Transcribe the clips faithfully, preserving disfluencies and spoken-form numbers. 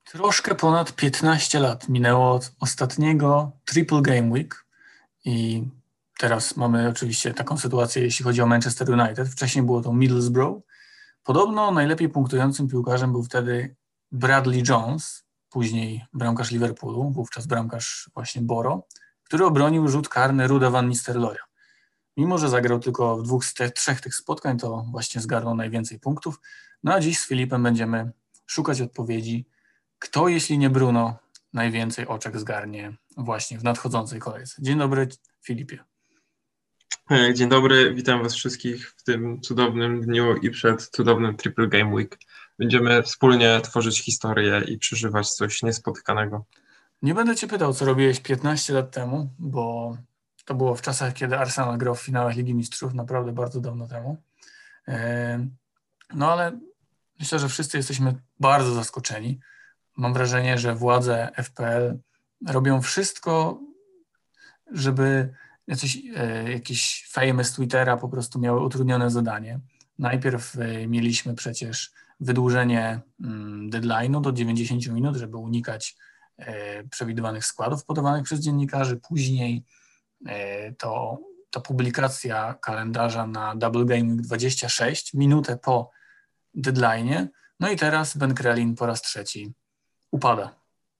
Troszkę ponad piętnaście lat minęło od ostatniego Triple Game Week i teraz mamy oczywiście taką sytuację, jeśli chodzi o Manchester United. Wcześniej było to Middlesbrough. Podobno najlepiej punktującym piłkarzem był wtedy Bradley Jones, później bramkarz Liverpoolu, wówczas bramkarz właśnie Boro, który obronił rzut karny Ruda van Nistelrooya. Mimo że zagrał tylko w dwóch z te, trzech tych spotkań, to właśnie zgarnął najwięcej punktów. No a dziś z Filipem będziemy szukać odpowiedzi, kto, jeśli nie Bruno, najwięcej oczek zgarnie właśnie w nadchodzącej kolejce. Dzień dobry, Filipie. Dzień dobry, witam Was wszystkich w tym cudownym dniu i przed cudownym Triple Game Week. Będziemy wspólnie tworzyć historię i przeżywać coś niespotykanego. Nie będę Cię pytał, co robiłeś piętnaście lat temu, bo to było w czasach, kiedy Arsenal grał w finałach Ligi Mistrzów, naprawdę bardzo dawno temu. No ale myślę, że wszyscy jesteśmy bardzo zaskoczeni. Mam wrażenie, że władze F P L robią wszystko, żeby jacyś, e, jakieś fejmy z Twittera po prostu miały utrudnione zadanie. Najpierw e, mieliśmy przecież wydłużenie mm, deadline'u do dziewięćdziesięciu minut, żeby unikać e, przewidywanych składów podawanych przez dziennikarzy. Później e, to ta publikacja kalendarza na Double Game Week dwadzieścia sześć, minutę po deadline'ie. No i teraz Ben Crellin po raz trzeci upada.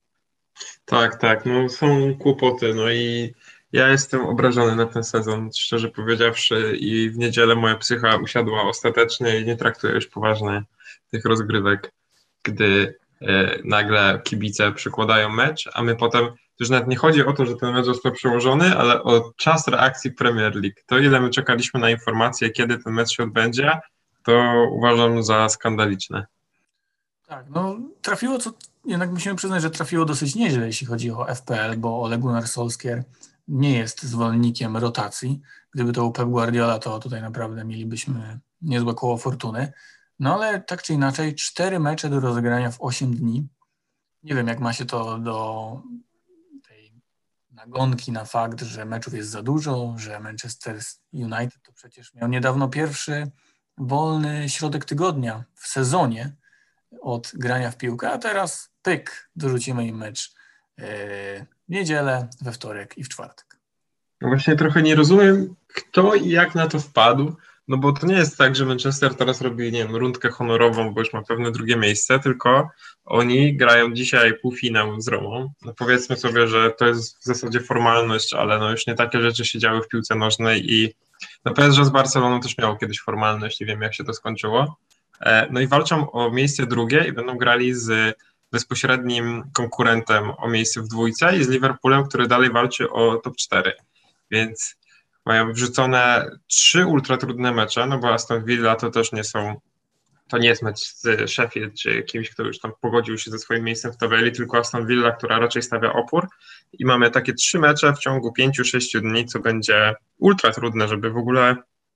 Tak, tak, no są kłopoty, no i ja jestem obrażony na ten sezon, szczerze powiedziawszy, i w niedzielę moja psycha usiadła ostatecznie i nie traktuję już poważnie tych rozgrywek, gdy e, nagle kibice przykładają mecz, a my potem, to już nawet nie chodzi o to, że ten mecz został przełożony, ale o czas reakcji Premier League. To ile my czekaliśmy na informację, kiedy ten mecz się odbędzie, to uważam za skandaliczne. Tak, no trafiło, co jednak musimy przyznać, że trafiło dosyć nieźle, jeśli chodzi o F P L, bo Ole Gunnar Solskjaer nie jest zwolennikiem rotacji. Gdyby to był Pep Guardiola, to tutaj naprawdę mielibyśmy niezłe koło fortuny. No ale tak czy inaczej, cztery mecze do rozegrania w osiem dni. Nie wiem, jak ma się to do tej nagonki na fakt, że meczów jest za dużo, że Manchester United to przecież miał niedawno pierwszy wolny środek tygodnia w sezonie od grania w piłkę, a teraz pyk, dorzucimy im mecz yy, w niedzielę, we wtorek i w czwartek. No właśnie trochę nie rozumiem, kto i jak na to wpadł, no bo to nie jest tak, że Manchester teraz robi, nie wiem, rundkę honorową, bo już ma pewne drugie miejsce, tylko oni grają dzisiaj półfinał z Romą. No powiedzmy sobie, że to jest w zasadzie formalność, ale no już nie takie rzeczy się działy w piłce nożnej i no P S G z Barceloną też miało kiedyś formalność, nie wiem jak się to skończyło. No i walczą o miejsce drugie i będą grali z bezpośrednim konkurentem o miejsce w dwójce i z Liverpoolem, który dalej walczy o top cztery. Więc mają wrzucone trzy ultratrudne mecze, no bo Aston Villa to też nie są, to nie jest mecz z Sheffield czy kimś, kto już tam pogodził się ze swoim miejscem w tabeli, tylko Aston Villa, która raczej stawia opór i mamy takie trzy mecze w ciągu pięciu sześciu dni, co będzie ultratrudne, żeby w ogóle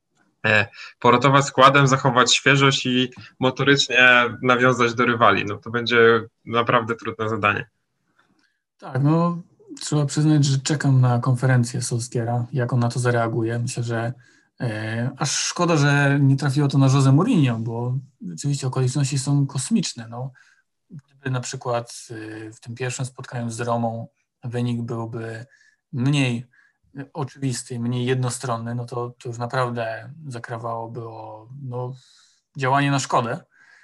porotować składem, zachować świeżość i motorycznie nawiązać do rywali. No to będzie naprawdę trudne zadanie. Tak, no trzeba przyznać, że czekam na konferencję Solskjaera, jak on na to zareaguje. Myślę, że e, aż szkoda, że nie trafiło to na Jose Mourinho, bo rzeczywiście okoliczności są kosmiczne. No, gdyby na przykład e, w tym pierwszym spotkaniu z Romą wynik byłby mniej oczywisty, mniej jednostronny, no to, to już naprawdę zakrawałoby o no, działanie na szkodę.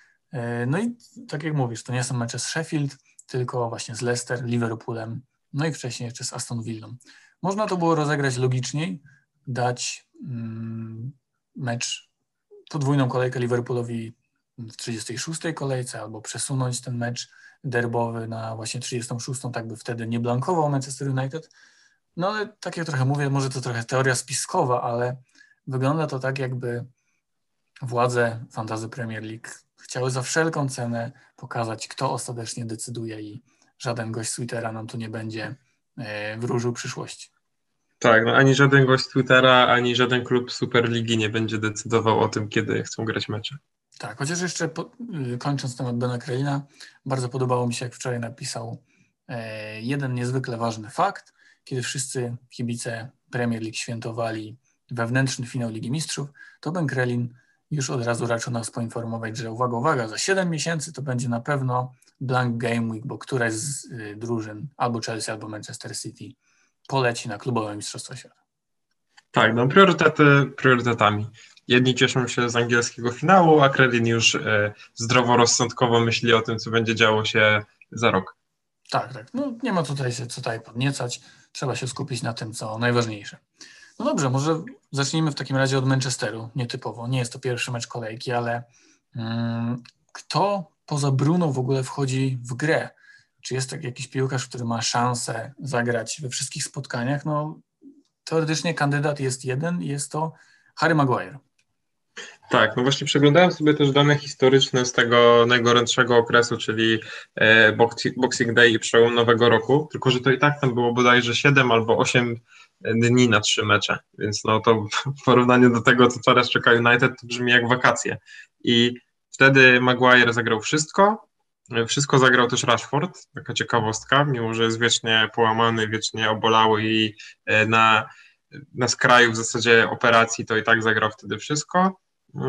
No i tak jak mówisz, to nie są mecze z Sheffield, tylko właśnie z Leicester, Liverpoolem, no i wcześniej jeszcze z Aston Villą. Można to było rozegrać logiczniej, dać mm, mecz, podwójną kolejkę Liverpoolowi w trzydziestej szóstej kolejce, albo przesunąć ten mecz derbowy na właśnie trzydziestą szóstą, tak by wtedy nie blankował Manchester United. No ale tak jak trochę mówię, może to trochę teoria spiskowa, ale wygląda to tak, jakby władze Fantasy Premier League chciały za wszelką cenę pokazać, kto ostatecznie decyduje i żaden gość z Twittera nam tu nie będzie wróżył przyszłości. Tak, no ani żaden gość z Twittera, ani żaden klub Superligi nie będzie decydował o tym, kiedy chcą grać mecze. Tak, chociaż jeszcze po, kończąc temat Bena Crellina, bardzo podobało mi się, jak wczoraj napisał e, jeden niezwykle ważny fakt, kiedy wszyscy kibice Premier League świętowali wewnętrzny finał Ligi Mistrzów, to Ben Crellin już od razu raczył nas poinformować, że uwaga, uwaga, za siedem miesięcy to będzie na pewno blank game week, bo któraś z y, drużyn, albo Chelsea, albo Manchester City, poleci na klubowe mistrzostwa świata. Tak, no priorytety priorytetami. Jedni cieszą się z angielskiego finału, a Kredin już e, zdroworozsądkowo myśli o tym, co będzie działo się za rok. Tak, tak. No nie ma tutaj się co tutaj podniecać. Trzeba się skupić na tym, co najważniejsze. No dobrze, może zacznijmy w takim razie od Manchesteru. Nietypowo. Nie jest to pierwszy mecz kolejki, ale um, kto poza Bruno w ogóle wchodzi w grę? Czy jest tak jakiś piłkarz, który ma szansę zagrać we wszystkich spotkaniach? No teoretycznie kandydat jest jeden i jest to Harry Maguire. Tak, no właśnie przeglądałem sobie też dane historyczne z tego najgorętszego okresu, czyli e, Boxing Day i przełom Nowego Roku, tylko że to i tak tam było bodajże siedem albo osiem dni na trzy mecze, więc no to w porównaniu do tego, co teraz czeka United, to brzmi jak wakacje. I wtedy Maguire zagrał wszystko, wszystko zagrał też Rashford, taka ciekawostka, mimo że jest wiecznie połamany, wiecznie obolały i e, na, na skraju w zasadzie operacji, to i tak zagrał wtedy wszystko.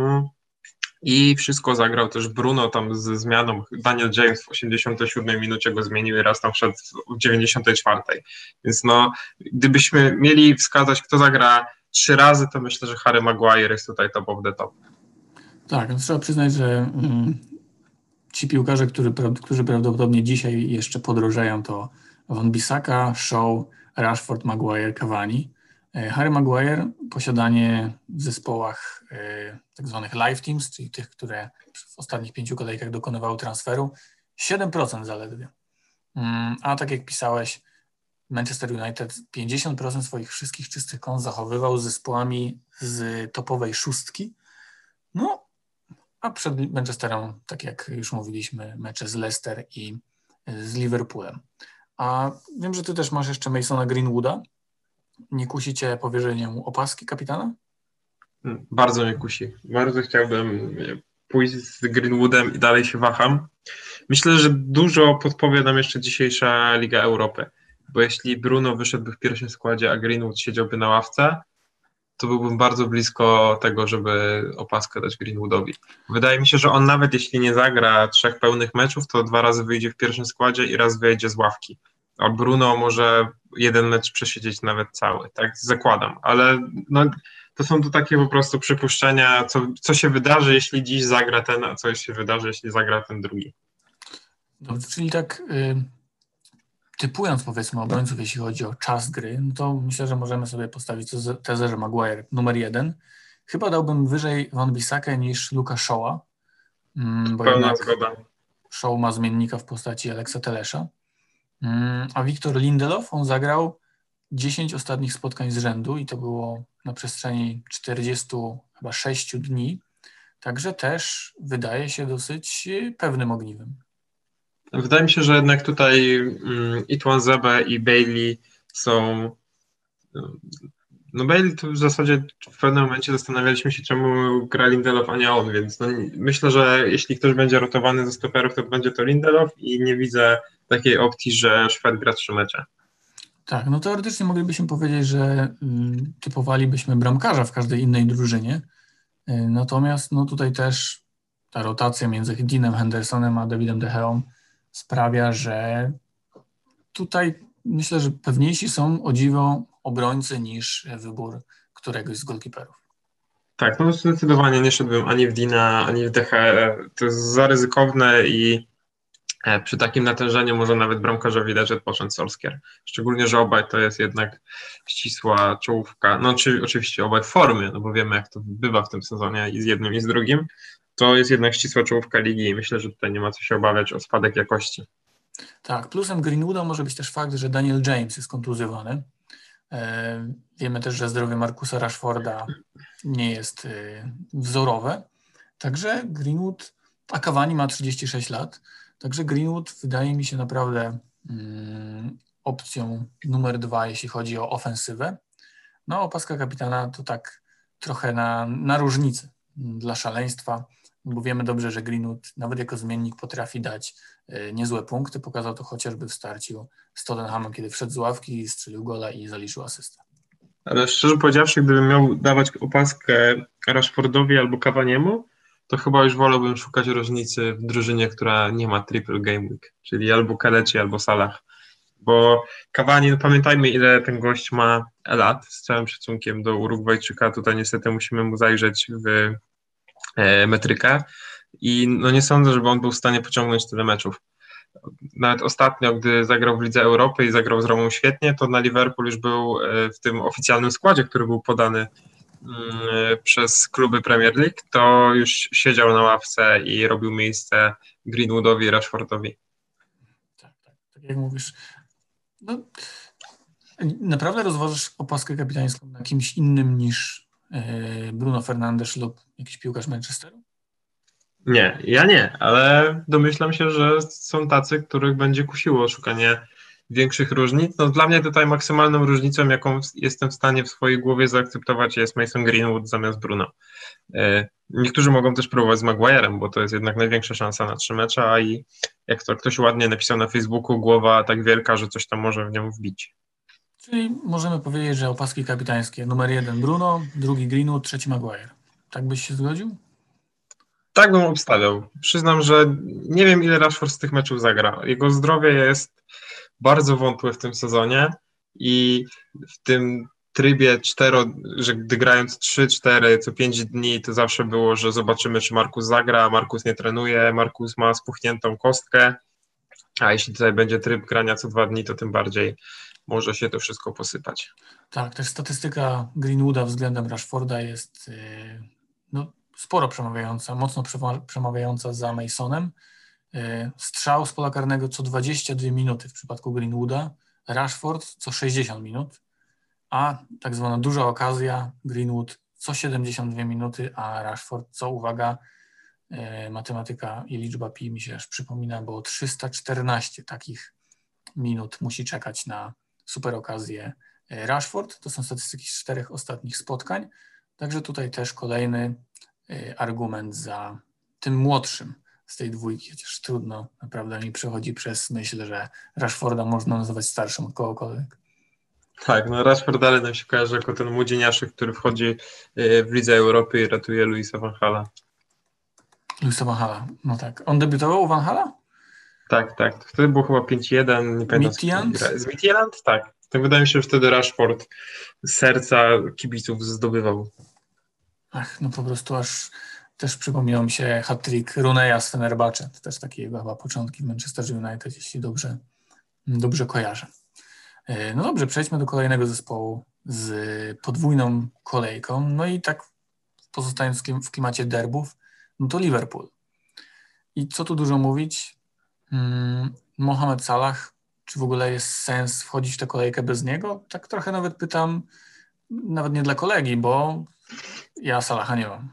I wszystko zagrał też Bruno tam ze zmianą. Daniel James w osiemdziesiątej siódmej minucie go zmienił i raz tam wszedł w dziewięćdziesiątej czwartej. Więc no, gdybyśmy mieli wskazać, kto zagra trzy razy, to myślę, że Harry Maguire jest tutaj top of the top. Tak, no trzeba przyznać, że mm, ci piłkarze, którzy, którzy prawdopodobnie dzisiaj jeszcze podrożeją, to Wan-Bissaka, Shaw, Rashford, Maguire, Cavani. Harry Maguire, posiadanie w zespołach y, tak zwanych live teams, czyli tych, które w ostatnich pięciu kolejkach dokonywały transferu, siedem procent zaledwie. Mm, a tak jak pisałeś, Manchester United pięćdziesiąt procent swoich wszystkich czystych kąt zachowywał z zespołami z topowej szóstki. No, a przed Manchesterem, tak jak już mówiliśmy, mecze z Leicester i z Liverpoolem. A wiem, że ty też masz jeszcze Masona Greenwooda. Nie kusi cię powierzenie mu opaski kapitana? Bardzo mnie kusi. Bardzo chciałbym pójść z Greenwoodem i dalej się waham. Myślę, że dużo podpowie nam jeszcze dzisiejsza Liga Europy, bo jeśli Bruno wyszedłby w pierwszym składzie, a Greenwood siedziałby na ławce, to byłbym bardzo blisko tego, żeby opaskę dać Greenwoodowi. Wydaje mi się, że on nawet jeśli nie zagra trzech pełnych meczów, to dwa razy wyjdzie w pierwszym składzie i raz wyjdzie z ławki. A Bruno może jeden mecz przesiedzieć nawet cały, tak zakładam, ale no, to są to takie po prostu przypuszczenia, co, co się wydarzy, jeśli dziś zagra ten, a co się wydarzy, jeśli zagra ten drugi. Dobrze, czyli tak y, typując powiedzmy obrońców, jeśli chodzi o czas gry, no to myślę, że możemy sobie postawić tezę, że Maguire numer jeden. Chyba dałbym wyżej Wan-Bissakę niż Luka Shawa, mm, bo Pełna jednak zgoda. Shaw ma zmiennika w postaci Alexa Telesza. A Victor Lindelof, on zagrał dziesięć ostatnich spotkań z rzędu i to było na przestrzeni czterdziestu chyba sześciu dni, także też wydaje się dosyć pewnym ogniwem. Wydaje mi się, że jednak tutaj um, i Tuanzebe i Bailey są... No Bailey to w zasadzie w pewnym momencie zastanawialiśmy się, czemu gra Lindelof, a nie on, więc no, myślę, że jeśli ktoś będzie rotowany ze stoperów, to będzie to Lindelof i nie widzę takiej opcji, że Szwed gra trzy mecze. Tak, no teoretycznie moglibyśmy powiedzieć, że y, typowalibyśmy bramkarza w każdej innej drużynie, y, natomiast no tutaj też ta rotacja między Deanem Hendersonem a Davidem De Geą sprawia, że tutaj myślę, że pewniejsi są o dziwo obrońcy niż wybór któregoś z golkiperów. Tak, no zdecydowanie nie szedłbym ani w Dina, ani w De Gea. To jest za ryzykowne i przy takim natężeniu może nawet bramkarzowi dać odpocząć Solskjaer. Szczególnie, że obaj to jest jednak ścisła czołówka. No czy, oczywiście obaj w formie, no bo wiemy jak to bywa w tym sezonie i z jednym i z drugim. To jest jednak ścisła czołówka ligi i myślę, że tutaj nie ma co się obawiać o spadek jakości. Tak, plusem Greenwooda może być też fakt, że Daniel James jest kontuzjowany. Wiemy też, że zdrowie Marcusa Rashforda nie jest wzorowe. Także Greenwood, a Cavani ma trzydzieści sześć lat, także Greenwood wydaje mi się naprawdę mm, opcją numer dwa, jeśli chodzi o ofensywę. No, opaska kapitana to tak trochę na, na różnicę dla szaleństwa, bo wiemy dobrze, że Greenwood nawet jako zmiennik potrafi dać y, niezłe punkty. Pokazał to chociażby w starciu z Tottenhamem, kiedy wszedł z ławki, strzelił gola i zaliczył asystę. Ale szczerze powiedziawszy, gdybym miał dawać opaskę Rashfordowi albo Cavaniemu, to chyba już wolałbym szukać różnicy w drużynie, która nie ma triple game week, czyli albo Kelechi, albo Salah. Bo Cavani, no pamiętajmy, ile ten gość ma lat, z całym szacunkiem do Urugwajczyka, tutaj niestety musimy mu zajrzeć w e, metrykę i no nie sądzę, żeby on był w stanie pociągnąć tyle meczów. Nawet ostatnio, gdy zagrał w Lidze Europy i zagrał z Romą świetnie, to na Liverpool już był e, w tym oficjalnym składzie, który był podany przez kluby Premier League, to już siedział na ławce i robił miejsce Greenwoodowi i Rashfordowi. Tak, tak, tak jak mówisz. No, naprawdę rozważasz opaskę kapitańską na kimś innym niż Bruno Fernandes lub jakiś piłkarz Manchesteru? Nie, ja nie, ale domyślam się, że są tacy, których będzie kusiło szukanie większych różnic. No dla mnie tutaj maksymalną różnicą, jaką jestem w stanie w swojej głowie zaakceptować, jest Mason Greenwood zamiast Bruno. Niektórzy mogą też próbować z Maguire'em, bo to jest jednak największa szansa na trzy mecze, a i jak to ktoś ładnie napisał na Facebooku, głowa tak wielka, że coś tam może w nią wbić. Czyli możemy powiedzieć, że opaski kapitańskie numer jeden Bruno, drugi Greenwood, trzeci Maguire. Tak byś się zgodził? Tak bym obstawiał. Przyznam, że nie wiem, ile Rashford z tych meczów zagra. Jego zdrowie jest bardzo wątłe w tym sezonie i w tym trybie cztero, że gdy grając trzy cztery co pięć dni, to zawsze było, że zobaczymy, czy Markus zagra, a Markus nie trenuje, Markus ma spuchniętą kostkę, a jeśli tutaj będzie tryb grania co dwa dni, to tym bardziej może się to wszystko posypać. Tak, też statystyka Greenwooda względem Rashforda jest yy, no, sporo przemawiająca, mocno przemawiająca za Masonem. Yy, strzał z pola karnego co dwadzieścia dwie minuty w przypadku Greenwooda, Rashford co sześćdziesiąt minut, a tak zwana duża okazja Greenwood co siedemdziesiąt dwie minuty, a Rashford co, uwaga, yy, matematyka i liczba pi mi się aż przypomina, bo trzysta czternaście takich minut musi czekać na super okazję Rashford. To są statystyki z czterech ostatnich spotkań. Także tutaj też kolejny argument za tym młodszym z tej dwójki, chociaż trudno, naprawdę mi przechodzi przez myśl, że Rashforda można nazywać starszym od kogokolwiek. Tak, no Rashford dalej nam się kojarzy jako ten młodzieniaszek, który wchodzi w Lidze Europy i ratuje Luisa van Hala. Luisa van Hala, no tak. On debiutował u Van Hala? Tak, tak. Wtedy było chyba pięć jeden, nie pamiętam. Z Midtjylland? Tak. To wydaje mi się, że wtedy Rashford z serca kibiców zdobywał. Ach, no po prostu aż też przypomniał mi się hat-trick Runeja z Fenerbahce. To też takie jego chyba początki w Manchester United, jeśli dobrze, dobrze kojarzę. No dobrze, przejdźmy do kolejnego zespołu z podwójną kolejką. No i tak pozostając w klimacie derbów, no to Liverpool. I co tu dużo mówić? Hmm, Mohamed Salah, czy w ogóle jest sens wchodzić w tę kolejkę bez niego? Tak trochę nawet pytam, nawet nie dla kolegi, bo ja Salaha nie mam.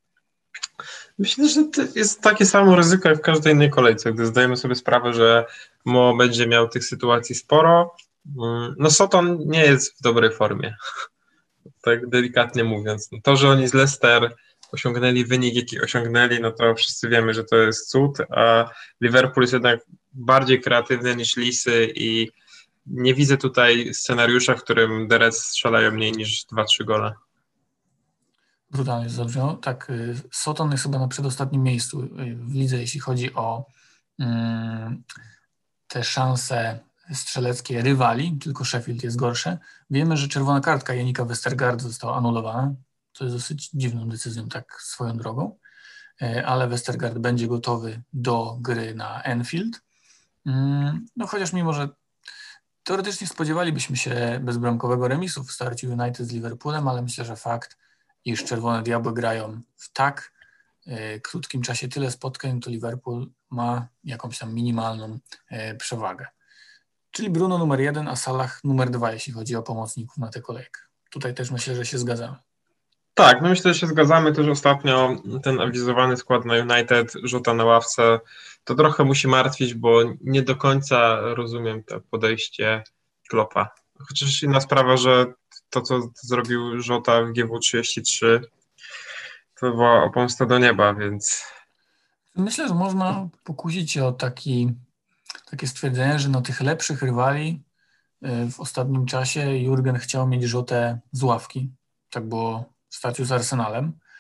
Myślę, że to jest takie samo ryzyko jak w każdej innej kolejce, gdy zdajemy sobie sprawę, że Mo będzie miał tych sytuacji sporo. No Soton nie jest w dobrej formie, tak delikatnie mówiąc. To, że oni z Leicester osiągnęli wynik, jaki osiągnęli, no to wszyscy wiemy, że to jest cud, a Liverpool jest jednak bardziej kreatywny niż Lisy i nie widzę tutaj scenariusza, w którym The Reds strzelają mniej niż dwa trzy gole. Brutalnie zabrzmiało. Tak, Soton jest chyba na przedostatnim miejscu w lidze, jeśli chodzi o mm, te szanse strzeleckie rywali, tylko Sheffield jest gorsze. Wiemy, że czerwona kartka Janika Westergaard została anulowana, co jest dosyć dziwną decyzją, tak swoją drogą, ale Westergaard będzie gotowy do gry na Anfield. No chociaż mimo, że teoretycznie spodziewalibyśmy się bezbramkowego remisu w starciu United z Liverpoolem, ale myślę, że fakt, iż Czerwone Diabły grają w tak y, krótkim czasie tyle spotkań, to Liverpool ma jakąś tam minimalną y, przewagę. Czyli Bruno numer jeden, a Salah numer dwa, jeśli chodzi o pomocników na tę kolejkę. Tutaj też myślę, że się zgadzamy. Tak, no myślę, że się zgadzamy. Też ostatnio ten awizowany skład na United, Jota na ławce, to trochę musi martwić, bo nie do końca rozumiem to podejście Kloppa. Chociaż inna sprawa, że to, co zrobił Jota w G W trzydzieści trzy, to była pomsta do nieba, więc... Myślę, że można pokusić się o taki, takie stwierdzenie, że na tych lepszych rywali w ostatnim czasie Jurgen chciał mieć Jotę z ławki. Tak było w starciu z Arsenalem,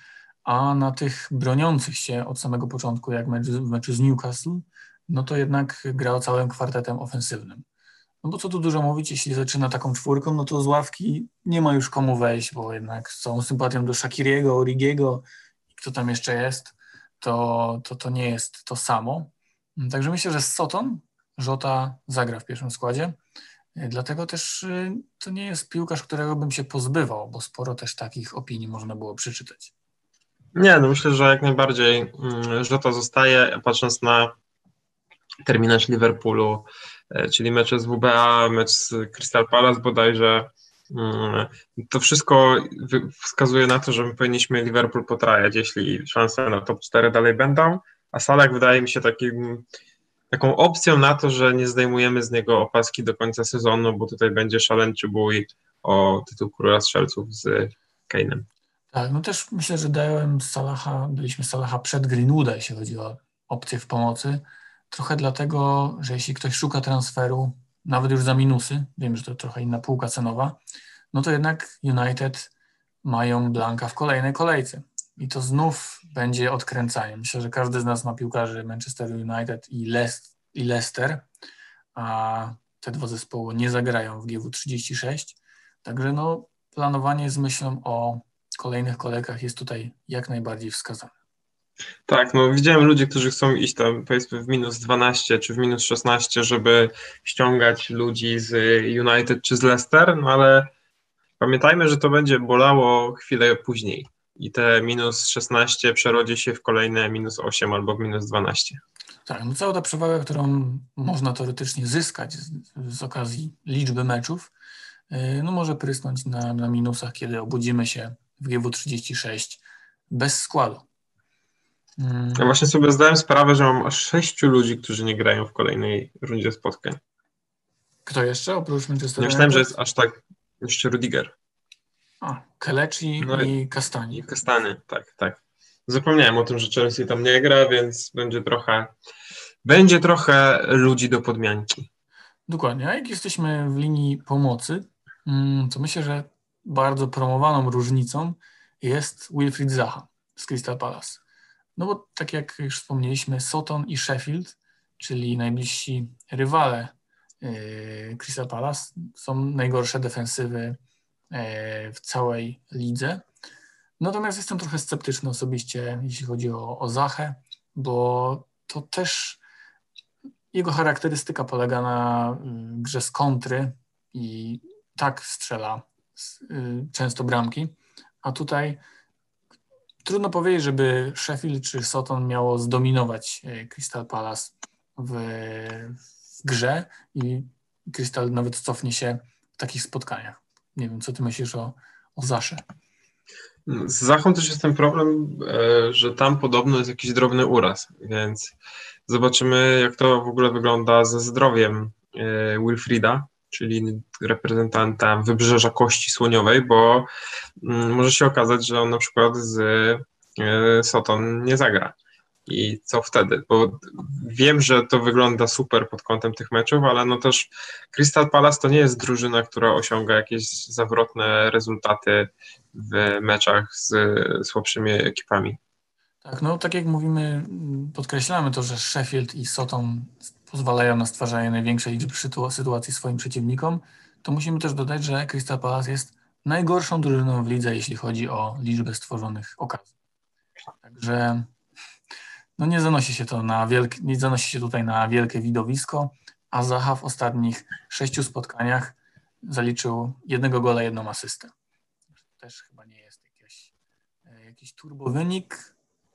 a na tych broniących się od samego początku, jak mecz, w meczu z Newcastle, no to jednak grał całym kwartetem ofensywnym. No bo co tu dużo mówić, jeśli zaczyna taką czwórką, no to z ławki nie ma już komu wejść, bo jednak z całą sympatią do Shaqiriego, Origiego i kto tam jeszcze jest, to, to to nie jest to samo. Także myślę, że Soton, Jota zagra w pierwszym składzie. Dlatego też to nie jest piłkarz, którego bym się pozbywał, bo sporo też takich opinii można było przeczytać. Nie, no myślę, że jak najbardziej Jota zostaje, patrząc na terminarz Liverpoolu, czyli mecze z W B A, mecz z Crystal Palace bodajże, to wszystko wskazuje na to, że my powinniśmy Liverpool potrajać, jeśli szanse na top cztery dalej będą, a Salah wydaje mi się takim, taką opcją na to, że nie zdejmujemy z niego opaski do końca sezonu, bo tutaj będzie szaleńczy bój o tytuł króla strzelców z Kane'em. Tak, no też myślę, że dałem Salaha, byliśmy Salaha przed Greenwooda, jeśli chodzi o opcję w pomocy. Trochę dlatego, że jeśli ktoś szuka transferu, nawet już za minusy, wiem, że to trochę inna półka cenowa, no to jednak United mają Blanka w kolejnej kolejce. I to znów będzie odkręcanie. Myślę, że każdy z nas ma piłkarzy Manchester United i, Le- i Leicester, a te dwa zespoły nie zagrają w G W trzydzieści sześć. Także no, planowanie z myślą o kolejnych kolejkach jest tutaj jak najbardziej wskazane. Tak, no widziałem ludzi, którzy chcą iść tam powiedzmy w minus dwanaście czy w minus szesnaście, żeby ściągać ludzi z United czy z Leicester, no ale pamiętajmy, że to będzie bolało chwilę później i te minus szesnaście przerodzi się w kolejne minus osiem albo w minus dwanaście. Tak, no cała ta przewaga, którą można teoretycznie zyskać z, z okazji liczby meczów, yy, no może prysnąć na, na minusach, kiedy obudzimy się w G W trzydzieści sześć bez składu. Hmm. Ja właśnie sobie zdałem sprawę, że mam aż sześciu ludzi, którzy nie grają w kolejnej rundzie spotkań. Kto jeszcze oprócz Manchesteru? Nie myślałem, że jest aż tak jeszcze Rudiger. A, Kelechi no i Kastani. I Kastany, tak, tak. Zapomniałem o tym, że Chelsea tam nie gra, więc będzie trochę będzie trochę ludzi do podmianki. Dokładnie, a jak jesteśmy w linii pomocy, to myślę, że bardzo promowaną różnicą jest Wilfried Zaha z Crystal Palace. No bo tak jak już wspomnieliśmy, Soton i Sheffield, czyli najbliżsi rywale yy, Crystal Palace, są najgorsze defensywy yy, w całej lidze. Natomiast jestem trochę sceptyczny osobiście, jeśli chodzi o, o Zachę, bo to też jego charakterystyka polega na yy, grze z kontry i tak strzela yy, często bramki, a tutaj trudno powiedzieć, żeby Sheffield czy Soton miało zdominować Crystal Palace w, w grze i Crystal nawet cofnie się w takich spotkaniach. Nie wiem, co ty myślisz o, o Zasze? Z Zachą też jest ten problem, że tam podobno jest jakiś drobny uraz, więc zobaczymy, jak to w ogóle wygląda ze zdrowiem Wilfrida, czyli reprezentanta Wybrzeża Kości Słoniowej, bo może się okazać, że on na przykład z Soton nie zagra. I co wtedy? Bo wiem, że to wygląda super pod kątem tych meczów, ale no też Crystal Palace to nie jest drużyna, która osiąga jakieś zawrotne rezultaty w meczach z słabszymi ekipami. Tak, no tak jak mówimy, podkreślamy to, że Sheffield i Soton pozwalają na stwarzanie największej liczby sytuacji swoim przeciwnikom, to musimy też dodać, że Crystal Palace jest najgorszą drużyną w lidze, jeśli chodzi o liczbę stworzonych okazji. Także no nie zanosi się to na wielkie, nie zanosi się tutaj na wielkie widowisko, a Zaha w ostatnich sześciu spotkaniach zaliczył jednego gola, jedną asystę. To też chyba nie jest jakiś, jakiś turbo wynik.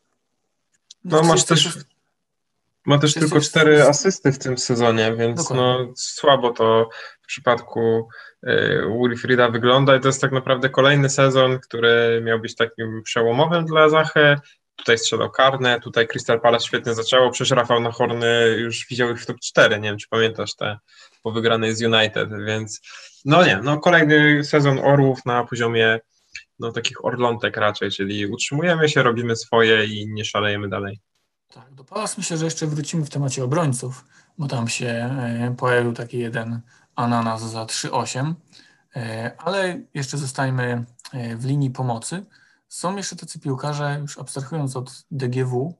No, no masz też ma też tylko cztery asysty w tym sezonie, więc no słabo to w przypadku y, Wilfrida wygląda i to jest tak naprawdę kolejny sezon, który miał być takim przełomowym dla Zachy. Tutaj strzelał karne, tutaj Crystal Palace świetnie zaczęło, przecież Rafał Nachorny już widział ich w top cztery, nie wiem, czy pamiętasz te po wygranej z United, więc no nie, no kolejny sezon Orłów na poziomie no takich orlątek raczej, czyli utrzymujemy się, robimy swoje i nie szalejemy dalej. Tak, do Palace myślę, że jeszcze wrócimy w temacie obrońców, bo tam się pojawił taki jeden ananas za trzy osiem, ale jeszcze zostańmy w linii pomocy. są jeszcze tacy piłkarze, już abstrahując od D G W,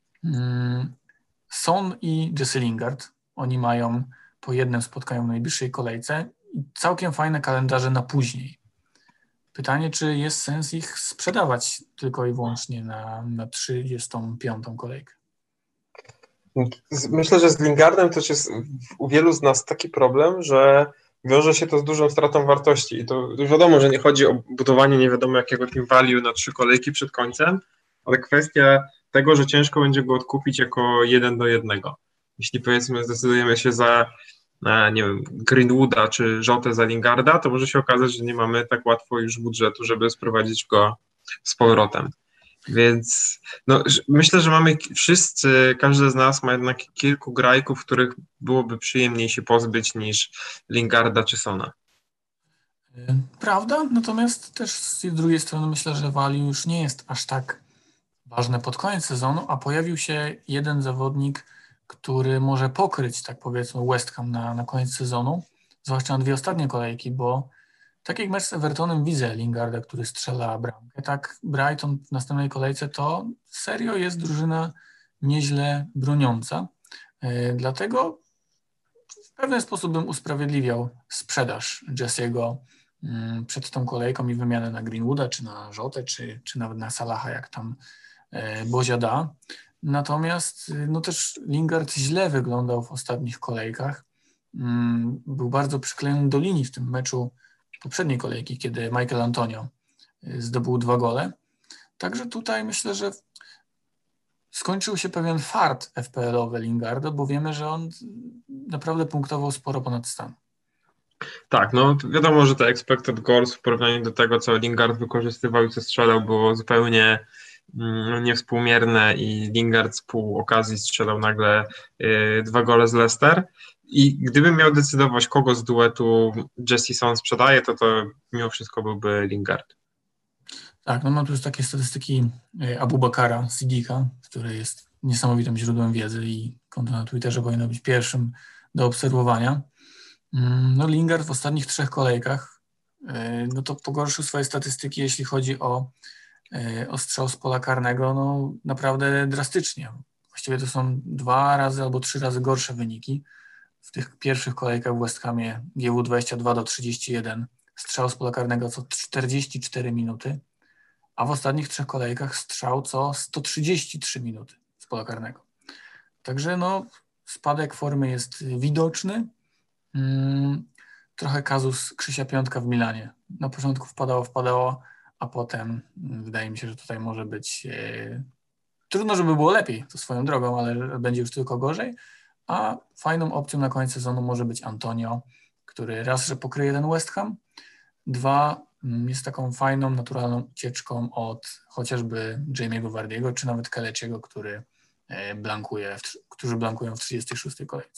Son i Jesse Lingard. Oni mają po jednym spotkaniu w najbliższej kolejce i całkiem fajne kalendarze na później. Pytanie, czy jest sens ich sprzedawać tylko i wyłącznie na, na trzydziestą piątą kolejkę? Myślę, że z Lingardem też jest u wielu z nas taki problem, że wiąże się to z dużą stratą wartości. I to wiadomo, że nie chodzi o budowanie nie wiadomo jakiego team value na trzy kolejki przed końcem, ale kwestia tego, że ciężko będzie go odkupić jako jeden do jednego. Jeśli powiedzmy zdecydujemy się za na, nie wiem, Greenwooda czy Jotę za Lingarda, to może się okazać, że nie mamy tak łatwo już budżetu, żeby sprowadzić go z powrotem. Więc no, myślę, że mamy wszyscy, każdy z nas ma jednak kilku grajków, których byłoby przyjemniej się pozbyć niż Lingarda czy Sona. Prawda, natomiast też z drugiej strony myślę, że value już nie jest aż tak ważne pod koniec sezonu, a pojawił się jeden zawodnik, który może pokryć, tak powiedzmy, West Ham na, na koniec sezonu, zwłaszcza na dwie ostatnie kolejki, bo tak jak mecz z Evertonem widzę Lingarda, który strzela bramkę, tak Brighton w następnej kolejce to serio jest drużyna nieźle broniąca. Yy, dlatego w pewien sposób bym usprawiedliwiał sprzedaż Jesse'ego yy, przed tą kolejką i wymianę na Greenwooda, czy na Jotę, czy, czy nawet na Salaha, jak tam yy, Bozia da. Natomiast yy, no też Lingard źle wyglądał w ostatnich kolejkach. Yy, był bardzo przyklejony do linii w tym meczu poprzedniej kolejki, kiedy Michael Antonio zdobył dwa gole. Także tutaj myślę, że skończył się pewien fart F P L-owy Lingarda, bo wiemy, że on naprawdę punktował sporo ponad stan. Tak, no wiadomo, że te expected goals w porównaniu do tego, co Lingard wykorzystywał i co strzelał, było zupełnie mm, niewspółmierne i Lingard z pół okazji strzelał nagle y, dwa gole z Leicester. I gdybym miał decydować, kogo z duetu Jesse Son sprzedaje, to to mimo wszystko byłby Lingard. Tak, no mam tu już takie statystyki Abubakara Siddiqa, który jest niesamowitym źródłem wiedzy i konto na Twitterze powinno być pierwszym do obserwowania. No Lingard w ostatnich trzech kolejkach no to pogorszył swoje statystyki, jeśli chodzi o, o strzał z pola karnego, no naprawdę drastycznie. Właściwie to są dwa razy albo trzy razy gorsze wyniki. W tych pierwszych kolejkach w West Hamie G W dwadzieścia dwa do trzydziestu jeden, strzał z pola karnego co czterdzieści cztery minuty, a w ostatnich trzech kolejkach strzał co sto trzydzieści trzy minuty z pola karnego. Także no spadek formy jest widoczny. Hmm, trochę kazus Krzysia Piątka w Milanie. Na początku wpadało, wpadało, a potem wydaje mi się, że tutaj może być e, trudno, żeby było lepiej, to swoją drogą, ale będzie już tylko gorzej. A fajną opcją na koniec sezonu może być Antonio, który raz, że pokryje ten West Ham, dwa, jest taką fajną, naturalną ucieczką od chociażby Jamie'ego Vardiego, czy nawet Keleciego, który blankuje, którzy blankują w trzydziestej szóstej kolejce.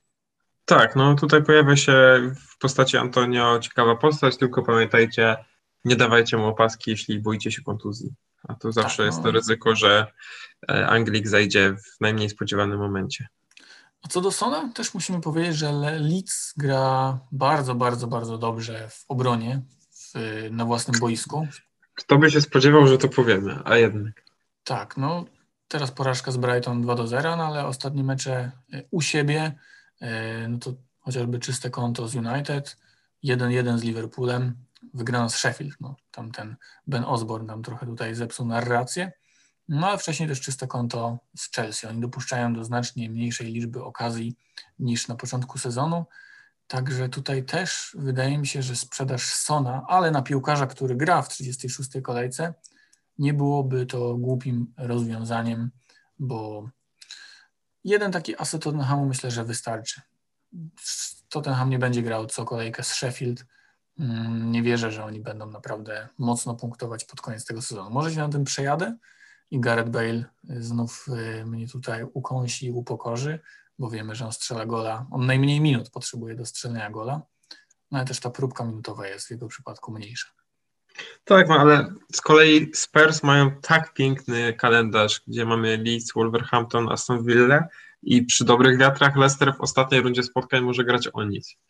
Tak, no tutaj pojawia się w postaci Antonio ciekawa postać, tylko pamiętajcie, nie dawajcie mu opaski, jeśli boicie się kontuzji. A tu zawsze tak, jest no. to ryzyko, że Anglik zajdzie w najmniej spodziewanym momencie. A co do Sona, też musimy powiedzieć, że Leeds gra bardzo, bardzo, bardzo dobrze w obronie w, na własnym boisku. Kto by się spodziewał, że to powiemy, a jednak. Tak, no teraz porażka z Brighton dwa do zera, no ale ostatnie mecze u siebie, no to chociażby czyste konto z United, jeden jeden z Liverpoolem, wygrano z Sheffield. No, tam ten Ben Osborne nam trochę tutaj zepsuł narrację. No ale wcześniej też czyste konto z Chelsea. Oni dopuszczają do znacznie mniejszej liczby okazji niż na początku sezonu. Także tutaj też wydaje mi się, że sprzedaż Sona, ale na piłkarza, który gra w trzydziestej szóstej kolejce, nie byłoby to głupim rozwiązaniem, bo jeden taki aset Tottenhamu myślę, że wystarczy. Tottenham nie będzie grał co kolejkę z Sheffield. Nie wierzę, że oni będą naprawdę mocno punktować pod koniec tego sezonu. Może się na tym przejadę i Gareth Bale znów mnie tutaj ukąsi i upokorzy, bo wiemy, że on strzela gola. On najmniej minut potrzebuje do strzelenia gola, no ale też ta próbka minutowa jest w jego przypadku mniejsza. Tak, no ale z kolei Spurs mają tak piękny kalendarz, gdzie mamy Leeds, Wolverhampton, Aston Villa i przy dobrych wiatrach Leicester w ostatniej rundzie spotkań może grać o nic.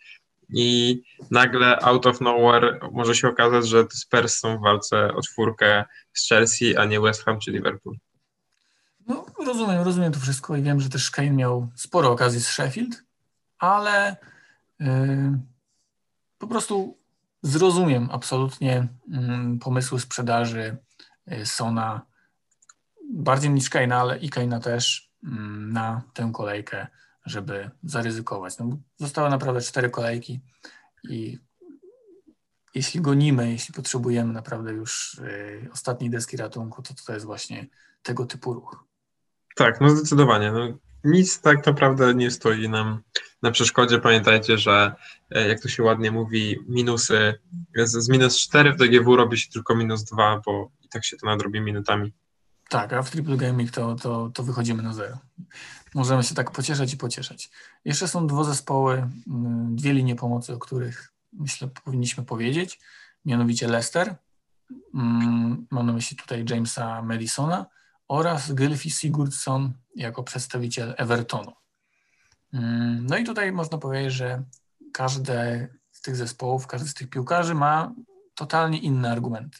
i nagle out of nowhere może się okazać, że Spurs są w walce o czwórkę z Chelsea, a nie West Ham czy Liverpool. No, rozumiem, rozumiem to wszystko i wiem, że też Kane miał sporo okazji z Sheffield, ale yy, po prostu zrozumiem absolutnie yy, pomysły sprzedaży yy, Sona bardziej niż Kane'a, ale i Kane'a też yy, na tę kolejkę, żeby zaryzykować. No, zostały naprawdę cztery kolejki i jeśli gonimy, jeśli potrzebujemy naprawdę już yy, ostatniej deski ratunku, to to jest właśnie tego typu ruch. Tak, no zdecydowanie. No, nic tak naprawdę nie stoi nam na przeszkodzie. Pamiętajcie, że jak to się ładnie mówi, minusy, z, z minus cztery w D G W robi się tylko minus dwa, bo i tak się to nadrobi minutami. Tak, a w Triple Gaming to, to, to wychodzimy na zero. Możemy się tak pocieszać i pocieszać. Jeszcze są dwa zespoły, dwie linie pomocy, o których myślę powinniśmy powiedzieć, mianowicie Leicester, mam na myśli tutaj Jamesa Madisona oraz Gylfi Sigurdsson jako przedstawiciel Evertonu. No i tutaj można powiedzieć, że każdy z tych zespołów, każdy z tych piłkarzy ma totalnie inne argumenty.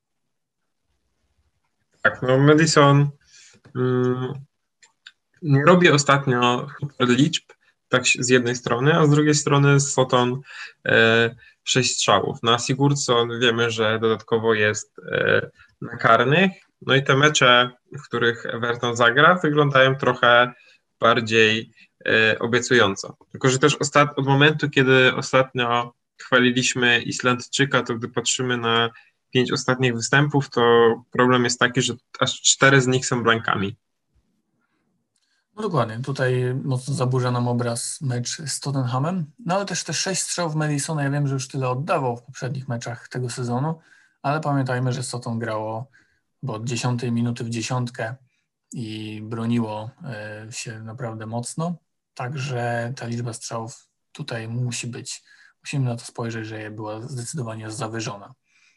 Tak, no Madison mm, nie robi ostatnio super liczb, tak z jednej strony, a z drugiej strony Soton e, sześć strzałów. Na Sigurdsson wiemy, że dodatkowo jest e, na karnych, no i te mecze, w których Everton zagra, wyglądają trochę bardziej e, obiecująco. Tylko, że też ostat, od momentu, kiedy ostatnio chwaliliśmy Islandczyka, to gdy patrzymy na pięć ostatnich występów, to problem jest taki, że aż cztery z nich są blankami. No dokładnie, tutaj mocno zaburza nam obraz mecz z Tottenhamem, no ale też te sześć strzałów Madisona, ja wiem, że już tyle oddawał w poprzednich meczach tego sezonu, ale pamiętajmy, że Soton grało bo od dziesiątej minuty w dziesiątkę i broniło się naprawdę mocno, także ta liczba strzałów tutaj musi być, musimy na to spojrzeć, że była zdecydowanie zawyżona.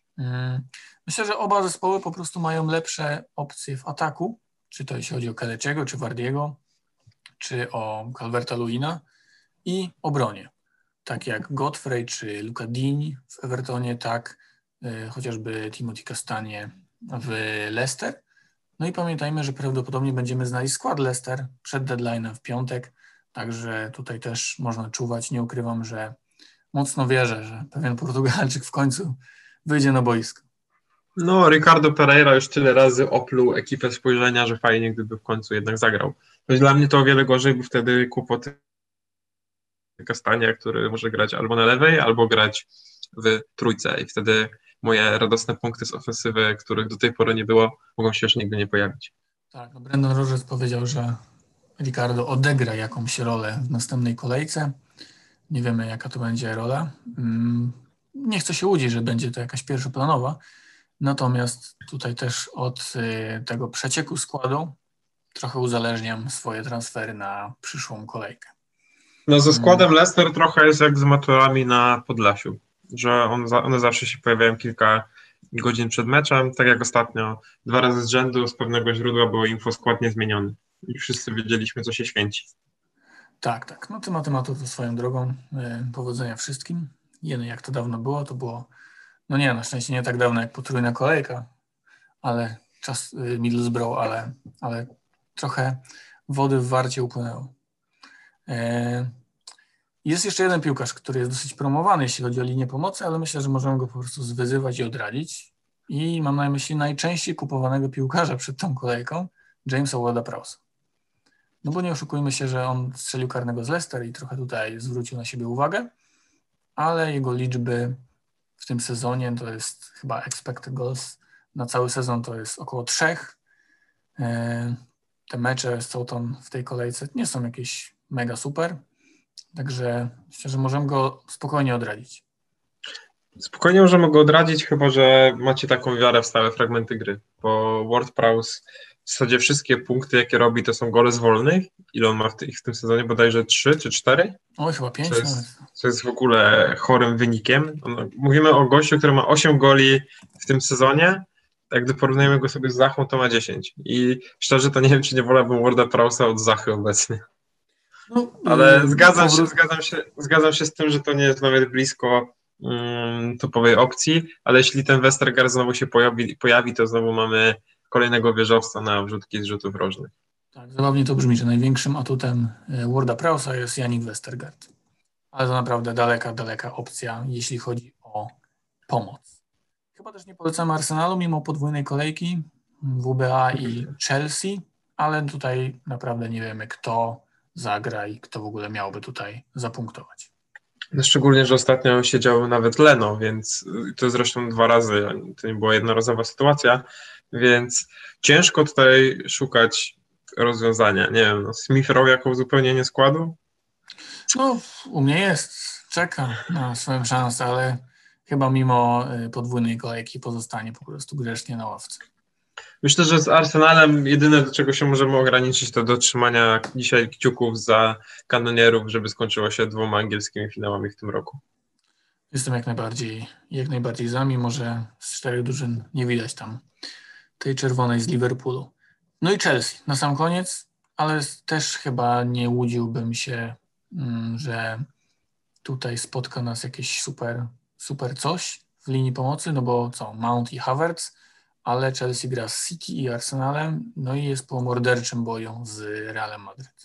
Myślę, że oba zespoły po prostu mają lepsze opcje w ataku, czy to jeśli chodzi o Keleciego, czy Wardiego, czy o Calverta-Lewina i obronie. Tak jak Godfrey czy Luka Digne w Evertonie, tak y, chociażby Timothy Castagne w Leicester. No i pamiętajmy, że prawdopodobnie będziemy znali skład Leicester przed deadline'em w piątek, także tutaj też można czuwać. Nie ukrywam, że mocno wierzę, że pewien Portugalczyk w końcu wyjdzie na boisko. No, Ricardo Pereira już tyle razy opluł ekipę spojrzenia, że fajnie, gdyby w końcu jednak zagrał. Dla mnie to o wiele gorzej, bo wtedy kłopoty Kastania, który może grać albo na lewej, albo grać w trójce i wtedy moje radosne punkty z ofensywy, których do tej pory nie było, mogą się już nigdy nie pojawić. Tak, no Brendan Rodgers powiedział, że Ricardo odegra jakąś rolę w następnej kolejce. Nie wiemy, jaka to będzie rola. Nie chcę się łudzić, że będzie to jakaś pierwszoplanowa, natomiast tutaj też od tego przecieku składu trochę uzależniam swoje transfery na przyszłą kolejkę. No ze składem Leicester trochę jest jak z maturami na Podlasiu, że on, one zawsze się pojawiają kilka godzin przed meczem, tak jak ostatnio dwa razy z rzędu z pewnego źródła było info skład niezmieniony i wszyscy wiedzieliśmy, co się święci. Tak, tak. No temat tematu to swoją drogą. Powodzenia wszystkim. Jeny, jak to dawno było, to było, no nie, na szczęście nie tak dawno jak potrójna kolejka, ale czas Middlesbrough, ale, ale trochę wody w Warcie upłynęło. Jest jeszcze jeden piłkarz, który jest dosyć promowany, jeśli chodzi o linię pomocy, ale myślę, że możemy go po prostu zwyzywać i odradzić. I mam na myśli najczęściej kupowanego piłkarza przed tą kolejką, Jamesa Ward-Prowse'a. No bo nie oszukujmy się, że on strzelił karnego z Leicester i trochę tutaj zwrócił na siebie uwagę, ale jego liczby w tym sezonie to jest chyba expected goals na cały sezon to jest około trzech. Te mecze z Southampton w tej kolejce nie są jakieś mega super, także myślę, że możemy go spokojnie odradzić. Spokojnie możemy go odradzić, chyba że macie taką wiarę w stałe fragmenty gry, bo Ward-Prowse w zasadzie wszystkie punkty, jakie robi, to są gole z wolnych. Ile on ma w, ty, w tym sezonie? Bodajże trzy czy cztery? Oj, chyba pięć. Co jest, co jest w ogóle chorym wynikiem. On, mówimy o gościu, który ma osiem goli w tym sezonie. Jak gdy porównujemy go sobie z Zachą, to ma dziesięć. I szczerze to nie wiem, czy nie wolałbym Warda Prowse'a od Zachy obecnie. No, Ale yy, zgadzam się, powrót... zgadzam się, zgadzam się z tym, że to nie jest nawet blisko um, topowej opcji, ale jeśli ten Westergaard znowu się pojawi, pojawi, to znowu mamy kolejnego wieżowca na wrzutki z rzutów rożnych. Tak, zabawnie to brzmi, że największym atutem Worda Prowsa jest Jannik Westergaard. Ale to naprawdę daleka, daleka opcja, jeśli chodzi o pomoc. Chyba też nie polecamy Arsenalu mimo podwójnej kolejki W B A i Chelsea, ale tutaj naprawdę nie wiemy, kto zagra i kto w ogóle miałby tutaj zapunktować. No szczególnie, że ostatnio siedział nawet Leno, więc to zresztą dwa razy, to nie była jednorazowa sytuacja, więc ciężko tutaj szukać rozwiązania. Nie wiem, no Smith Rowe jako uzupełnienie składu? No, u mnie jest, czeka na swoją szansę, ale chyba mimo podwójnej kolejki pozostanie po prostu grzecznie na ławce. Myślę, że z Arsenalem jedyne, do czego się możemy ograniczyć, to do trzymania dzisiaj kciuków za kanonierów, żeby skończyło się dwoma angielskimi finałami w tym roku. Jestem jak najbardziej, jak najbardziej za, mimo że z czterech drużyn nie widać tam tej czerwonej z Liverpoolu. No i Chelsea na sam koniec, ale też chyba nie łudziłbym się, że tutaj spotka nas jakieś super, super coś w linii pomocy, no bo co, Mount i Havertz, ale Chelsea gra z City i Arsenalem, no i jest po morderczym boju z Realem Madryt.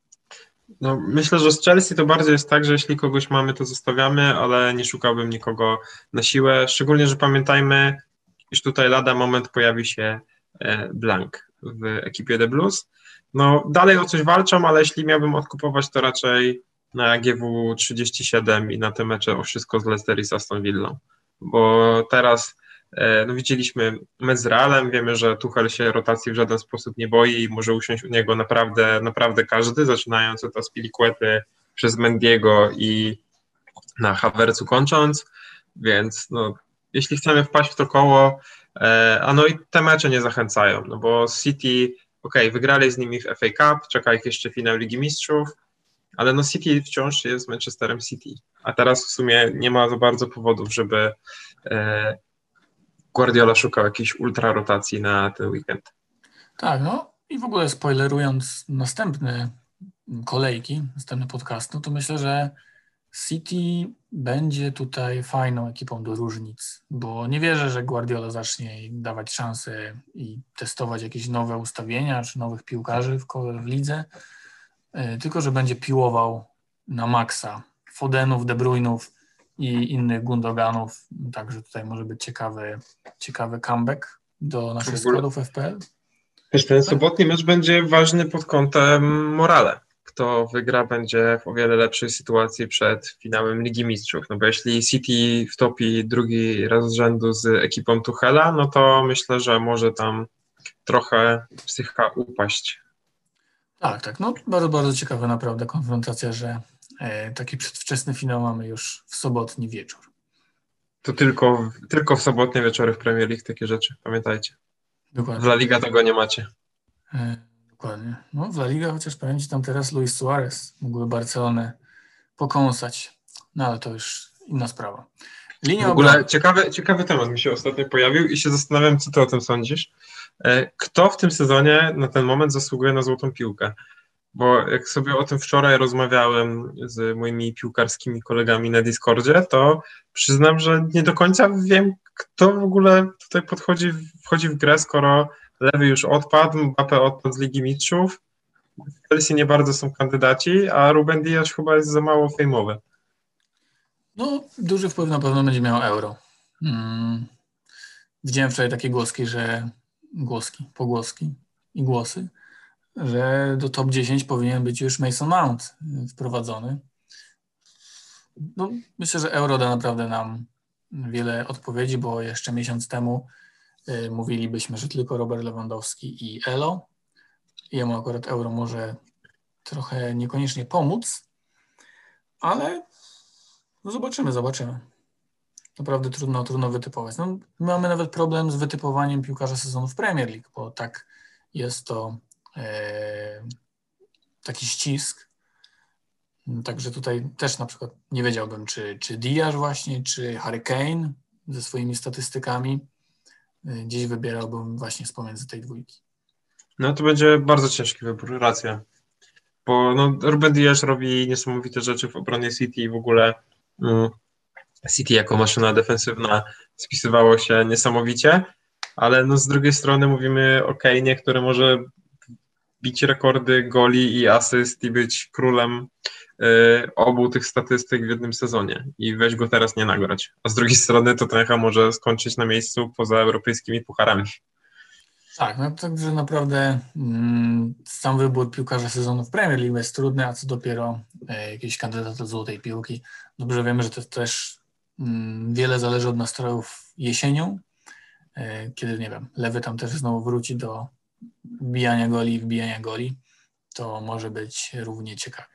No, myślę, że z Chelsea to bardziej jest tak, że jeśli kogoś mamy, to zostawiamy, ale nie szukałbym nikogo na siłę, szczególnie, że pamiętajmy, iż tutaj lada moment pojawi się Blank w ekipie The Blues. No, dalej o coś walczą, ale jeśli miałbym odkupować, to raczej na G W trzydzieści siedem i na te mecze o wszystko z Leicester i z Aston Villą, bo teraz no, widzieliśmy mecz z Realem, wiemy, że Tuchel się rotacji w żaden sposób nie boi i może usiąść u niego naprawdę, naprawdę każdy, zaczynając od Aspilicuety przez Mendiego i na Havertzu kończąc, więc no, jeśli chcemy wpaść w to koło, a no i te mecze nie zachęcają, no bo City, okej, okay, wygrali z nimi w F A Cup, czeka ich jeszcze finał Ligi Mistrzów, ale no City wciąż jest Manchesterem City, a teraz w sumie nie ma za bardzo powodów, żeby e, Guardiola szukał jakiejś ultra rotacji na ten weekend. Tak, no i w ogóle spoilerując następne kolejki, następny podcast, no to myślę, że City będzie tutaj fajną ekipą do różnic, bo nie wierzę, że Guardiola zacznie dawać szansę i testować jakieś nowe ustawienia czy nowych piłkarzy w, w lidze, tylko że będzie piłował na maksa Fodenów, De Bruyne'ów i innych Gundoganów, także tutaj może być ciekawy, ciekawy comeback do naszych składów F P L. Też ten sobotni mecz będzie ważny pod kątem morale. Kto wygra, będzie w o wiele lepszej sytuacji przed finałem Ligi Mistrzów. No bo jeśli City wtopi drugi raz z rzędu z ekipą Tuchela, no to myślę, że może tam trochę psycha upaść. Tak, tak. No bardzo, bardzo ciekawa naprawdę konfrontacja, że e, taki przedwczesny finał mamy już w sobotni wieczór. To tylko, tylko w sobotnie wieczory w Premier League takie rzeczy, pamiętajcie. Dokładnie. W La Liga tego nie macie. E, dokładnie. No w La Liga, chociaż pamięci tam teraz Luis Suarez mógłby Barcelonę pokąsać, no ale to już inna sprawa. Linia w ogóle obrony. ciekawy, ciekawy temat mi się ostatnio pojawił i się zastanawiam, co ty o tym sądzisz. Kto w tym sezonie na ten moment zasługuje na złotą piłkę? Bo jak sobie o tym wczoraj rozmawiałem z moimi piłkarskimi kolegami na Discordzie, to przyznam, że nie do końca wiem, kto w ogóle tutaj podchodzi, wchodzi w grę, skoro Lewy już odpadł, Mbappé odpadł z Ligi Mistrzów, w Chelsea nie bardzo są kandydaci, a Ruben Dias chyba jest za mało fejmowy. No, duży wpływ na pewno będzie miał Euro. Hmm. Widziałem wczoraj takie głoski, że głoski, pogłoski i głosy, że do top dziesięć powinien być już Mason Mount wprowadzony. No, myślę, że Euro da naprawdę nam wiele odpowiedzi, bo jeszcze miesiąc temu y, mówilibyśmy, że tylko Robert Lewandowski i Elo. Jemu akurat Euro może trochę niekoniecznie pomóc, ale no zobaczymy, zobaczymy. Naprawdę trudno, trudno wytypować. No, mamy nawet problem z wytypowaniem piłkarza sezonu w Premier League, bo tak jest to e, taki ścisk. Także tutaj też na przykład nie wiedziałbym, czy, czy Diaz właśnie, czy Harry Kane ze swoimi statystykami. E, gdzieś wybierałbym właśnie z pomiędzy tej dwójki. No to będzie bardzo ciężki wybór, racja. bo no, Ruben Dias robi niesamowite rzeczy w obronie City i w ogóle mm, City jako maszyna defensywna spisywało się niesamowicie, ale no z drugiej strony mówimy o Kane'ie, który może bić rekordy goli i asyst i być królem y, obu tych statystyk w jednym sezonie i weź go teraz nie nagrać. A z drugiej strony Tottenham może skończyć na miejscu poza europejskimi pucharami. Tak, no także naprawdę mm, sam wybór piłkarza sezonu w Premier League jest trudny, a co dopiero e, jakiś kandydat do złotej piłki. Dobrze wiemy, że to też mm, wiele zależy od nastrojów jesienią, e, kiedy, nie wiem, lewy tam też znowu wróci do wbijania goli i wbijania goli, to może być równie ciekawie.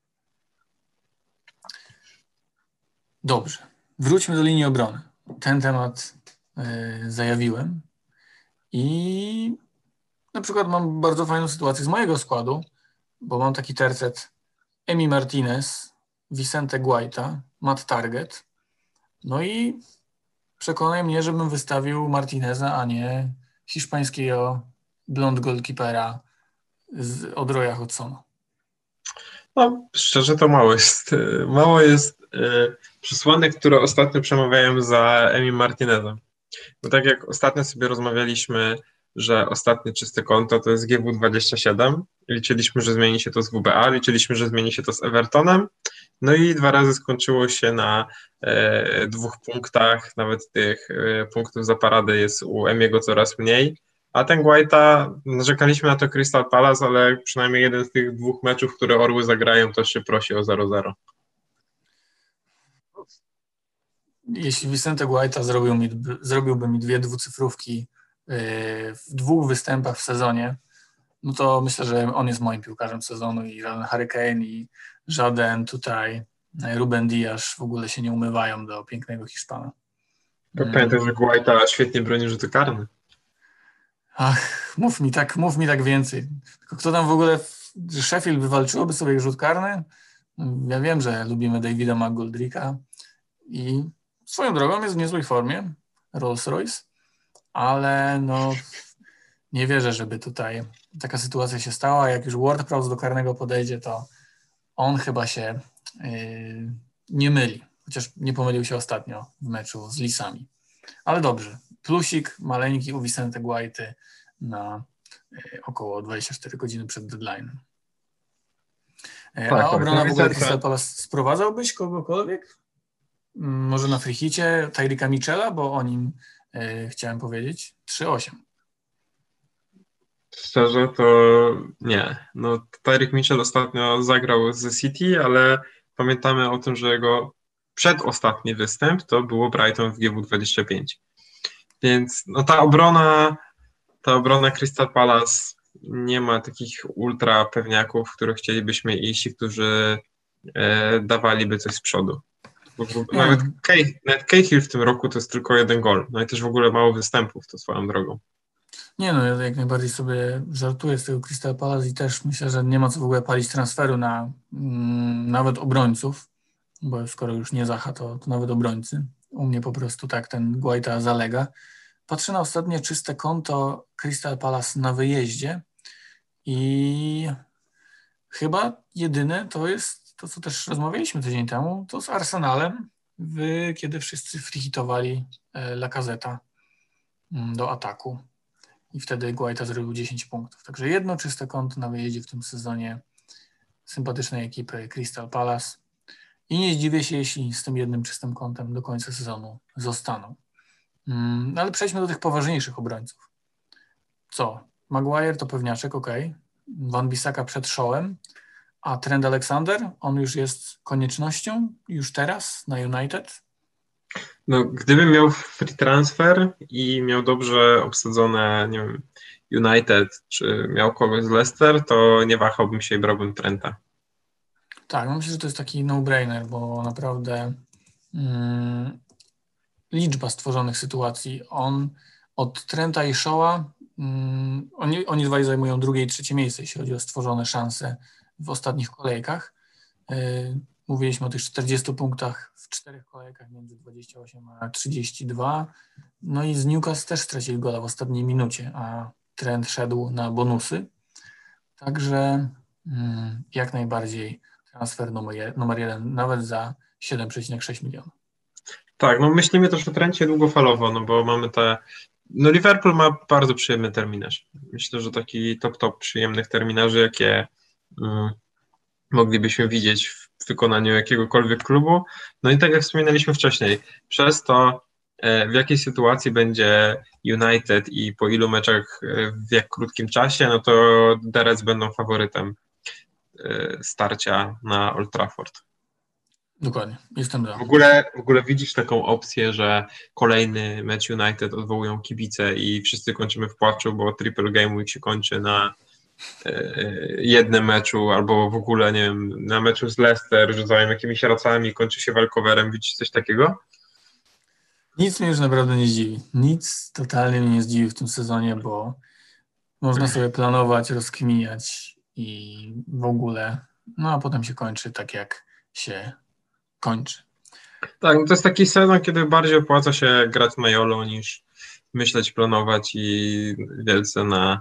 Dobrze, wróćmy do linii obrony. Ten temat e, zajawiłem. I na przykład mam bardzo fajną sytuację z mojego składu, bo mam taki tercet Emi Martinez, Vicente Guaita, Matt Target. No i przekonaj mnie, żebym wystawił Martineza, a nie hiszpańskiego blond goalkeepera z, od Roya Hodgsona. No, szczerze to mało jest. Mało jest y, przesłanek, które ostatnio przemawiają za Emi Martinezem. Bo tak jak ostatnio sobie rozmawialiśmy, że ostatnie czyste konto to jest G W dwadzieścia siedem, liczyliśmy, że zmieni się to z W B A, liczyliśmy, że zmieni się to z Evertonem, no i dwa razy skończyło się na e, dwóch punktach, nawet tych e, punktów za paradę jest u Emiego coraz mniej, a ten Guaita, narzekaliśmy na to Crystal Palace, ale przynajmniej jeden z tych dwóch meczów, które Orły zagrają, to się prosi o zero zero. Jeśli Vicente Guaita zrobił mi, zrobiłby mi dwie dwucyfrówki w dwóch występach w sezonie, no to myślę, że on jest moim piłkarzem sezonu i żaden Harry Kane i żaden tutaj Ruben Dias w ogóle się nie umywają do pięknego Hiszpana. Pamiętaj, że Guaita świetnie broni rzuty karne. Ach, mów mi tak, mów mi tak więcej. Tylko kto tam w ogóle, że Sheffield wywalczyłoby sobie rzut karny? Ja wiem, że lubimy Davida McGoldricka i swoją drogą jest w niezłej formie, Rolls-Royce, ale no nie wierzę, żeby tutaj taka sytuacja się stała. Jak już Ward-Prowse do karnego podejdzie, to on chyba się yy, nie myli, chociaż nie pomylił się ostatnio w meczu z Lisami. Ale dobrze, plusik maleńki u Vicente Guaity na yy, około dwadzieścia cztery godziny przed deadline'em. Yy, tak, a obrona tak. w ogóle Crystal Palace, sprowadzałbyś kogokolwiek? Może na frichicie Tyrika Mitchella, bo o nim yy, chciałem powiedzieć. trzy osiem. Szczerze to nie. No, Tyreek Mitchell ostatnio zagrał ze City, ale pamiętamy o tym, że jego przedostatni występ to było Brighton w G W dwadzieścia pięć. Więc no, ta obrona, ta obrona Crystal Palace nie ma takich ultra pewniaków, w których chcielibyśmy iść i którzy e, dawaliby coś z przodu. Bo, bo nawet, Cah- nawet Cahill w tym roku to jest tylko jeden gol. No i też w ogóle mało występów, to swoją drogą. Nie no, ja jak najbardziej sobie żartuję z tego Crystal Palace i też myślę, że nie ma co w ogóle palić transferu na mm, nawet obrońców, bo skoro już nie Zaha, to, to nawet obrońcy. U mnie po prostu tak ten Guaita zalega. Patrzę na ostatnie czyste konto Crystal Palace na wyjeździe i chyba jedyne to jest to, co też rozmawialiśmy tydzień temu, to z Arsenalem, w, kiedy wszyscy frihitowali e, Lacazeta mm, do ataku. I wtedy Guaita zrobił dziesięć punktów. Także jedno czyste konto na wyjeździe w tym sezonie sympatycznej ekipy Crystal Palace. I nie zdziwię się, jeśli z tym jednym czystym kątem do końca sezonu zostaną. Mm, ale przejdźmy do tych poważniejszych obrońców. Co? Maguire to pewniaczek, ok. Van Bissaka przed Shawem, a Trent Alexander, on już jest koniecznością już teraz na United? No, gdybym miał free transfer i miał dobrze obsadzone, nie wiem, United, czy miał kogoś z Leicester, to nie wahałbym się i brałbym Trenta. Tak, no myślę, że to jest taki no-brainer, bo naprawdę mm, liczba stworzonych sytuacji. On od Trenta i Shawa, mm, oni, oni dwaj zajmują drugie i trzecie miejsce, jeśli chodzi o stworzone szanse w ostatnich kolejkach. Yy, mówiliśmy o tych czterdziestu punktach w czterech kolejkach między dwudziestoma ośmioma a trzydziestoma dwoma. No i z Newcastle też stracili gola w ostatniej minucie, a Trent szedł na bonusy. Także jak najbardziej transfer numer, je, numer jeden, nawet za siedem przecinek sześć miliona. Tak, no myślimy też o trendzie długofalowo, no bo mamy te... No Liverpool ma bardzo przyjemny terminarz. Myślę, że taki top, top przyjemnych terminarzy, jakie um, moglibyśmy widzieć w wykonaniu jakiegokolwiek klubu. No i tak jak wspominaliśmy wcześniej, przez to w jakiej sytuacji będzie United i po ilu meczach w jak krótkim czasie, no to The Reds będą faworytem starcia na Old Trafford. Dokładnie, jestem za. W ogóle, w ogóle widzisz taką opcję, że kolejny mecz United odwołują kibice i wszyscy kończymy w płaczu, bo Triple Game Week się kończy na jednym meczu, albo w ogóle, nie wiem, na meczu z Leicester rzucają jakimiś racami, kończy się walkowerem. Widzisz coś takiego? Nic mnie już naprawdę nie zdziwi. Nic totalnie mnie nie zdziwi w tym sezonie, bo można sobie planować, rozkminiać i w ogóle, no a potem się kończy tak, jak się kończy. Tak, no to jest taki sezon, kiedy bardziej opłaca się grać majolo niż myśleć, planować i wielce na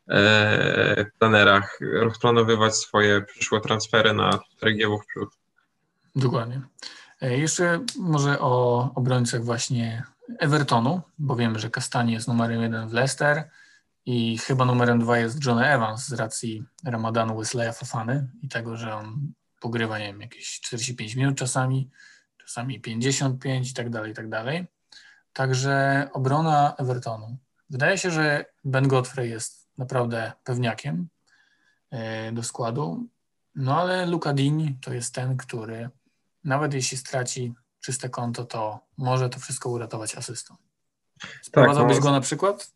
e, planerach rozplanowywać swoje przyszłe transfery na cztery G w przód. Dokładnie. E, jeszcze może o obrońcach właśnie Evertonu, bo wiemy, że Kastanie jest numerem jeden w Leicester i chyba numerem dwa jest Johnny Evans z racji Ramadanu Wesleya Fofany i tego, że on pogrywa, nie wiem, jakieś czterdzieści pięć minut czasami, czasami pięćdziesiąt pięć i tak dalej, i tak dalej. Także obrona Evertonu. Wydaje się, że Ben Godfrey jest naprawdę pewniakiem do składu, no ale Luka Dini to jest ten, który nawet jeśli straci czyste konto, to może to wszystko uratować asystą. Sprowadzałbyś tak, no, go na przykład?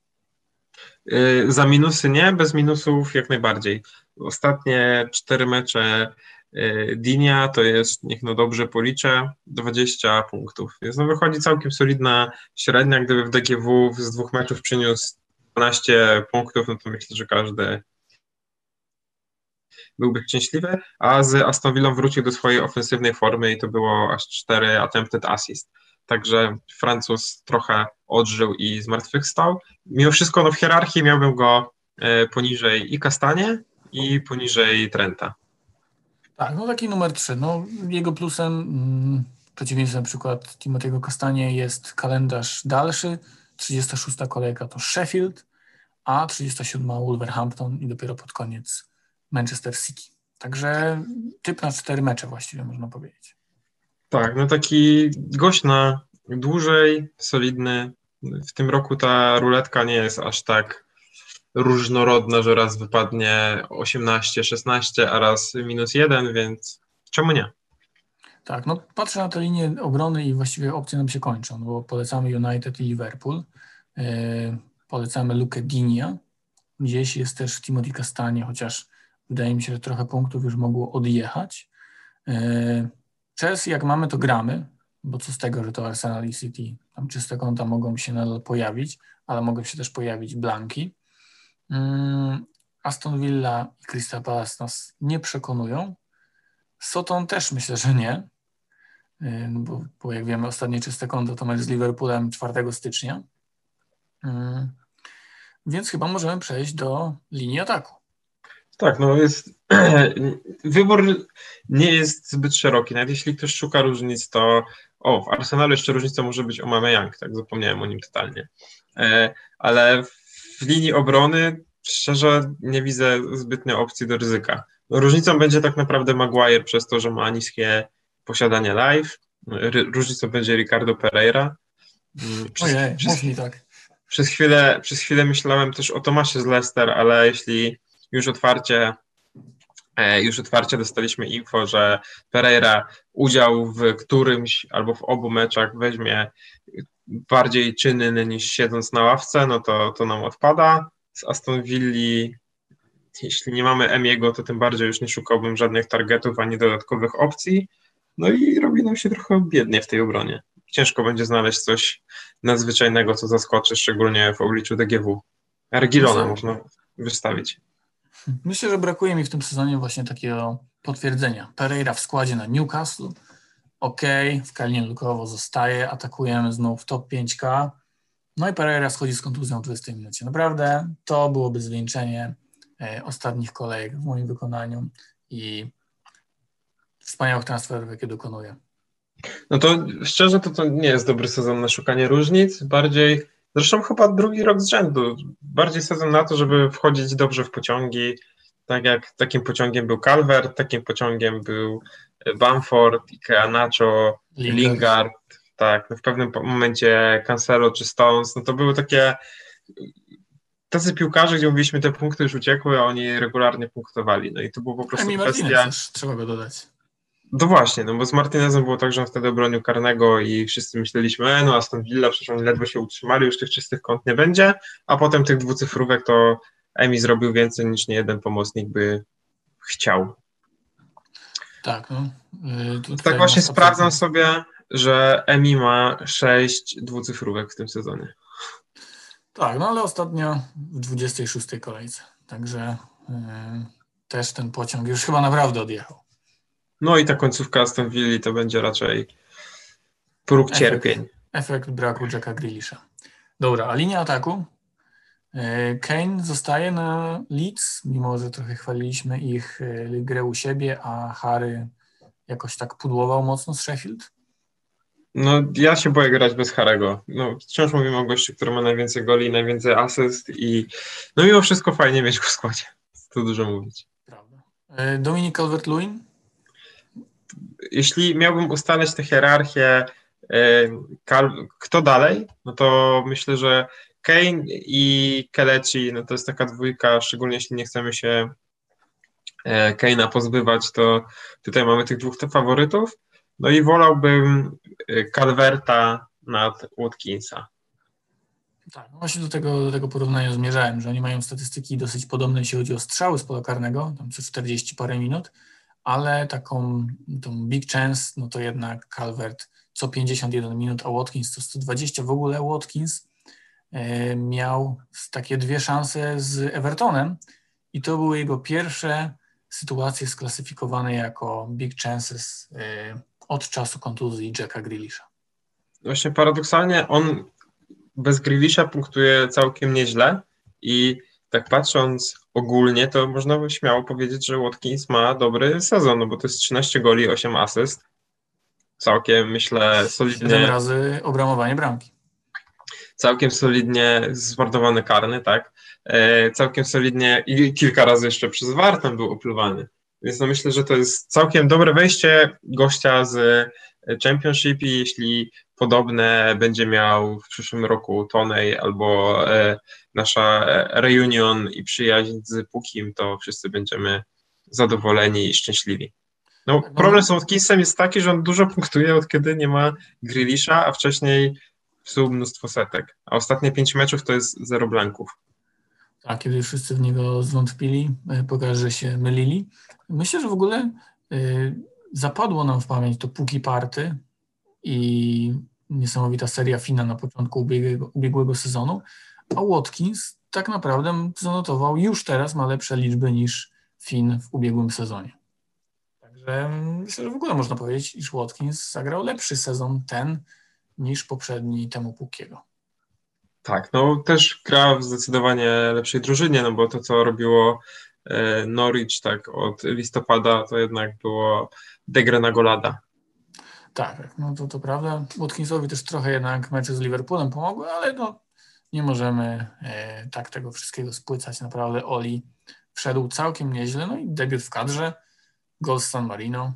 Yy, za minusy nie, bez minusów jak najbardziej. Ostatnie cztery mecze yy, Dinia to jest, niech no dobrze policzę, dwadzieścia punktów. Więc no wychodzi całkiem solidna średnia. Gdyby w D G W z dwóch meczów przyniósł dwanaście punktów, no to myślę, że każdy byłby szczęśliwy, a z Aston Villą wrócił do swojej ofensywnej formy i to było aż cztery attempted assist. Także Francuz trochę odżył i zmartwychwstał. Mimo wszystko no w hierarchii miałbym go e, poniżej i Kastanie, i poniżej Trenta. Tak, no taki numer trzy. No, jego plusem, mm, przeciwieństwem na przykład Timothy'ego Kastanie jest kalendarz dalszy. trzydziesta szósta kolejka to Sheffield, a trzydziesta siódma Wolverhampton i dopiero pod koniec Manchester City. Także typ na cztery mecze właściwie można powiedzieć. Tak, no taki gość na dłużej, solidny. W tym roku ta ruletka nie jest aż tak różnorodna, że raz wypadnie osiemnaście, szesnaście, a raz minus jeden, więc czemu nie? Tak, no patrzę na tę linię obrony i właściwie opcje nam się kończą, no bo polecamy United i Liverpool, yy, polecamy Lukę Dinia, gdzieś jest też Timothy Kastanie, chociaż wydaje mi się, że trochę punktów już mogło odjechać. Yy, Chelsea jak mamy, to gramy, bo co z tego, że to Arsenal i City, tam czyste konta mogą się nadal pojawić, ale mogą się też pojawić blanki. Yy, Aston Villa i Crystal Palace nas nie przekonują. Soton też myślę, że nie, no bo, bo jak wiemy ostatnie czyste konto to mecz z Liverpoolem czwartego stycznia, więc chyba możemy przejść do linii ataku. Tak, no jest wybór nie jest zbyt szeroki, nawet jeśli ktoś szuka różnic, to o, w Arsenalu jeszcze różnica może być Aubameyang, tak, zapomniałem o nim totalnie, ale w linii obrony szczerze nie widzę zbytnio opcji do ryzyka. Różnicą będzie tak naprawdę Maguire przez to, że ma niskie posiadanie live. Różnicą będzie Ricardo Pereira. Przez, Ojej, przez, mów mi tak. Przez chwilę, przez chwilę myślałem też o Tomasie z Leicester, ale jeśli już otwarcie już otwarcie dostaliśmy info, że Pereira udział w którymś albo w obu meczach weźmie bardziej czynny niż siedząc na ławce, no to, to nam odpada. Z Aston Villi, jeśli nie mamy Emiego, to tym bardziej już nie szukałbym żadnych targetów ani dodatkowych opcji. No i robi nam się trochę biednie w tej obronie. Ciężko będzie znaleźć coś nadzwyczajnego, co zaskoczy, szczególnie w obliczu D G W. Argilona można wystawić. Myślę, że brakuje mi w tym sezonie właśnie takiego potwierdzenia. Pereira w składzie na Newcastle. Okej, okay, w Kalnie Lukowo zostaje, atakujemy znów top pięć K. No i Pereira schodzi z kontuzją w dwudziestej minucie. Naprawdę to byłoby zwieńczenie e, ostatnich kolejek w moim wykonaniu i wspaniałych transferów, jakie dokonuje. No to szczerze to to nie jest dobry sezon na szukanie różnic, bardziej, zresztą chyba drugi rok z rzędu, bardziej sezon na to, żeby wchodzić dobrze w pociągi, tak jak takim pociągiem był Calvert, takim pociągiem był Bamford, Iheanacho, Lingard. Lingard, tak, no w pewnym momencie Cancelo czy Stones, no to były takie tacy piłkarze, gdzie mówiliśmy, te punkty już uciekły, a oni regularnie punktowali, no i to było po prostu Emi kwestia... Martinez też, trzeba go dodać. No właśnie, no bo z Martinezem było tak, że on wtedy obronił karnego i wszyscy myśleliśmy, e, no Aston Villa, przecież oni ledwo się utrzymali, już tych czystych kąt nie będzie, a potem tych dwucyfrówek to Emi zrobił więcej niż niejeden pomocnik by chciał. Tak, no. Yy, Tak właśnie sprawdzam sobie, że Emi ma sześć dwucyfrówek w tym sezonie. Tak, no ale ostatnio w dwudziestej szóstej kolejce, także yy, też ten pociąg już chyba naprawdę odjechał. No i ta końcówka Aston Villa to będzie raczej próg efekt, cierpień. Efekt braku Jacka Grealisha. Dobra, a linia ataku? Kane zostaje na Leeds, mimo że trochę chwaliliśmy ich grę u siebie, a Harry jakoś tak pudłował mocno z Sheffield. No ja się boję grać bez Harego. No wciąż mówimy o gościu, który ma najwięcej goli, najwięcej asyst i no mimo wszystko fajnie mieć go w składzie. To dużo mówić. Prawda. Dominic Calvert-Lewin? Jeśli miałbym ustalać tę hierarchię, kto dalej, no to myślę, że Kane i Kelechi, no to jest taka dwójka, szczególnie jeśli nie chcemy się Kane'a pozbywać, to tutaj mamy tych dwóch faworytów. No i wolałbym Calverta nad Watkinsa. Tak, no właśnie do tego, do tego porównania zmierzałem, że oni mają statystyki dosyć podobne, jeśli chodzi o strzały z pola karnego, tam co czterdzieści parę minut, ale taką tą big chance, no to jednak Calvert co pięćdziesiąt jeden minut, a Watkins to sto dwadzieścia. W ogóle Watkins e, miał takie dwie szanse z Evertonem i to były jego pierwsze sytuacje sklasyfikowane jako big chances e, od czasu kontuzji Jacka Grealisha. Właśnie paradoksalnie on bez Grealisha punktuje całkiem nieźle i tak patrząc ogólnie, to można by śmiało powiedzieć, że Watkins ma dobry sezon, no bo to jest trzynaście goli, osiem asyst. Całkiem, myślę, solidnie... siedem razy obramowanie bramki. Całkiem solidnie zmarnowany karny, tak? E, całkiem solidnie i kilka razy jeszcze przez V A R tam był opluwany. Więc no myślę, że to jest całkiem dobre wejście gościa z Championship i jeśli podobne będzie miał w przyszłym roku Toney albo e, nasza reunion i przyjaźń z Pukim, to wszyscy będziemy zadowoleni i szczęśliwi. No, problem z Watkinsem jest taki, że on dużo punktuje od kiedy nie ma Grealisha, a wcześniej psuł mnóstwo setek, a ostatnie pięć meczów to jest zero blanków. Tak, kiedy już wszyscy w niego zwątpili, pokaże, że się mylili. Myślę, że w ogóle y, zapadło nam w pamięć to Puki Party i niesamowita seria Fina na początku ubiegłego, ubiegłego sezonu, a Watkins tak naprawdę zanotował już teraz ma lepsze liczby niż Fin w ubiegłym sezonie. Także myślę, że w ogóle można powiedzieć, iż Watkins zagrał lepszy sezon ten niż poprzedni temu Pukiego. Tak, no też gra w zdecydowanie lepszej drużynie, no bo to, co robiło e, Norwich tak od listopada, to jednak było degrenagolada. Tak, no to, to prawda. Watkinsowi też trochę jednak mecze z Liverpoolem pomogły, ale no nie możemy e, tak tego wszystkiego spłycać. Naprawdę Oli wszedł całkiem nieźle, no i debiut w kadrze, gol z San Marino.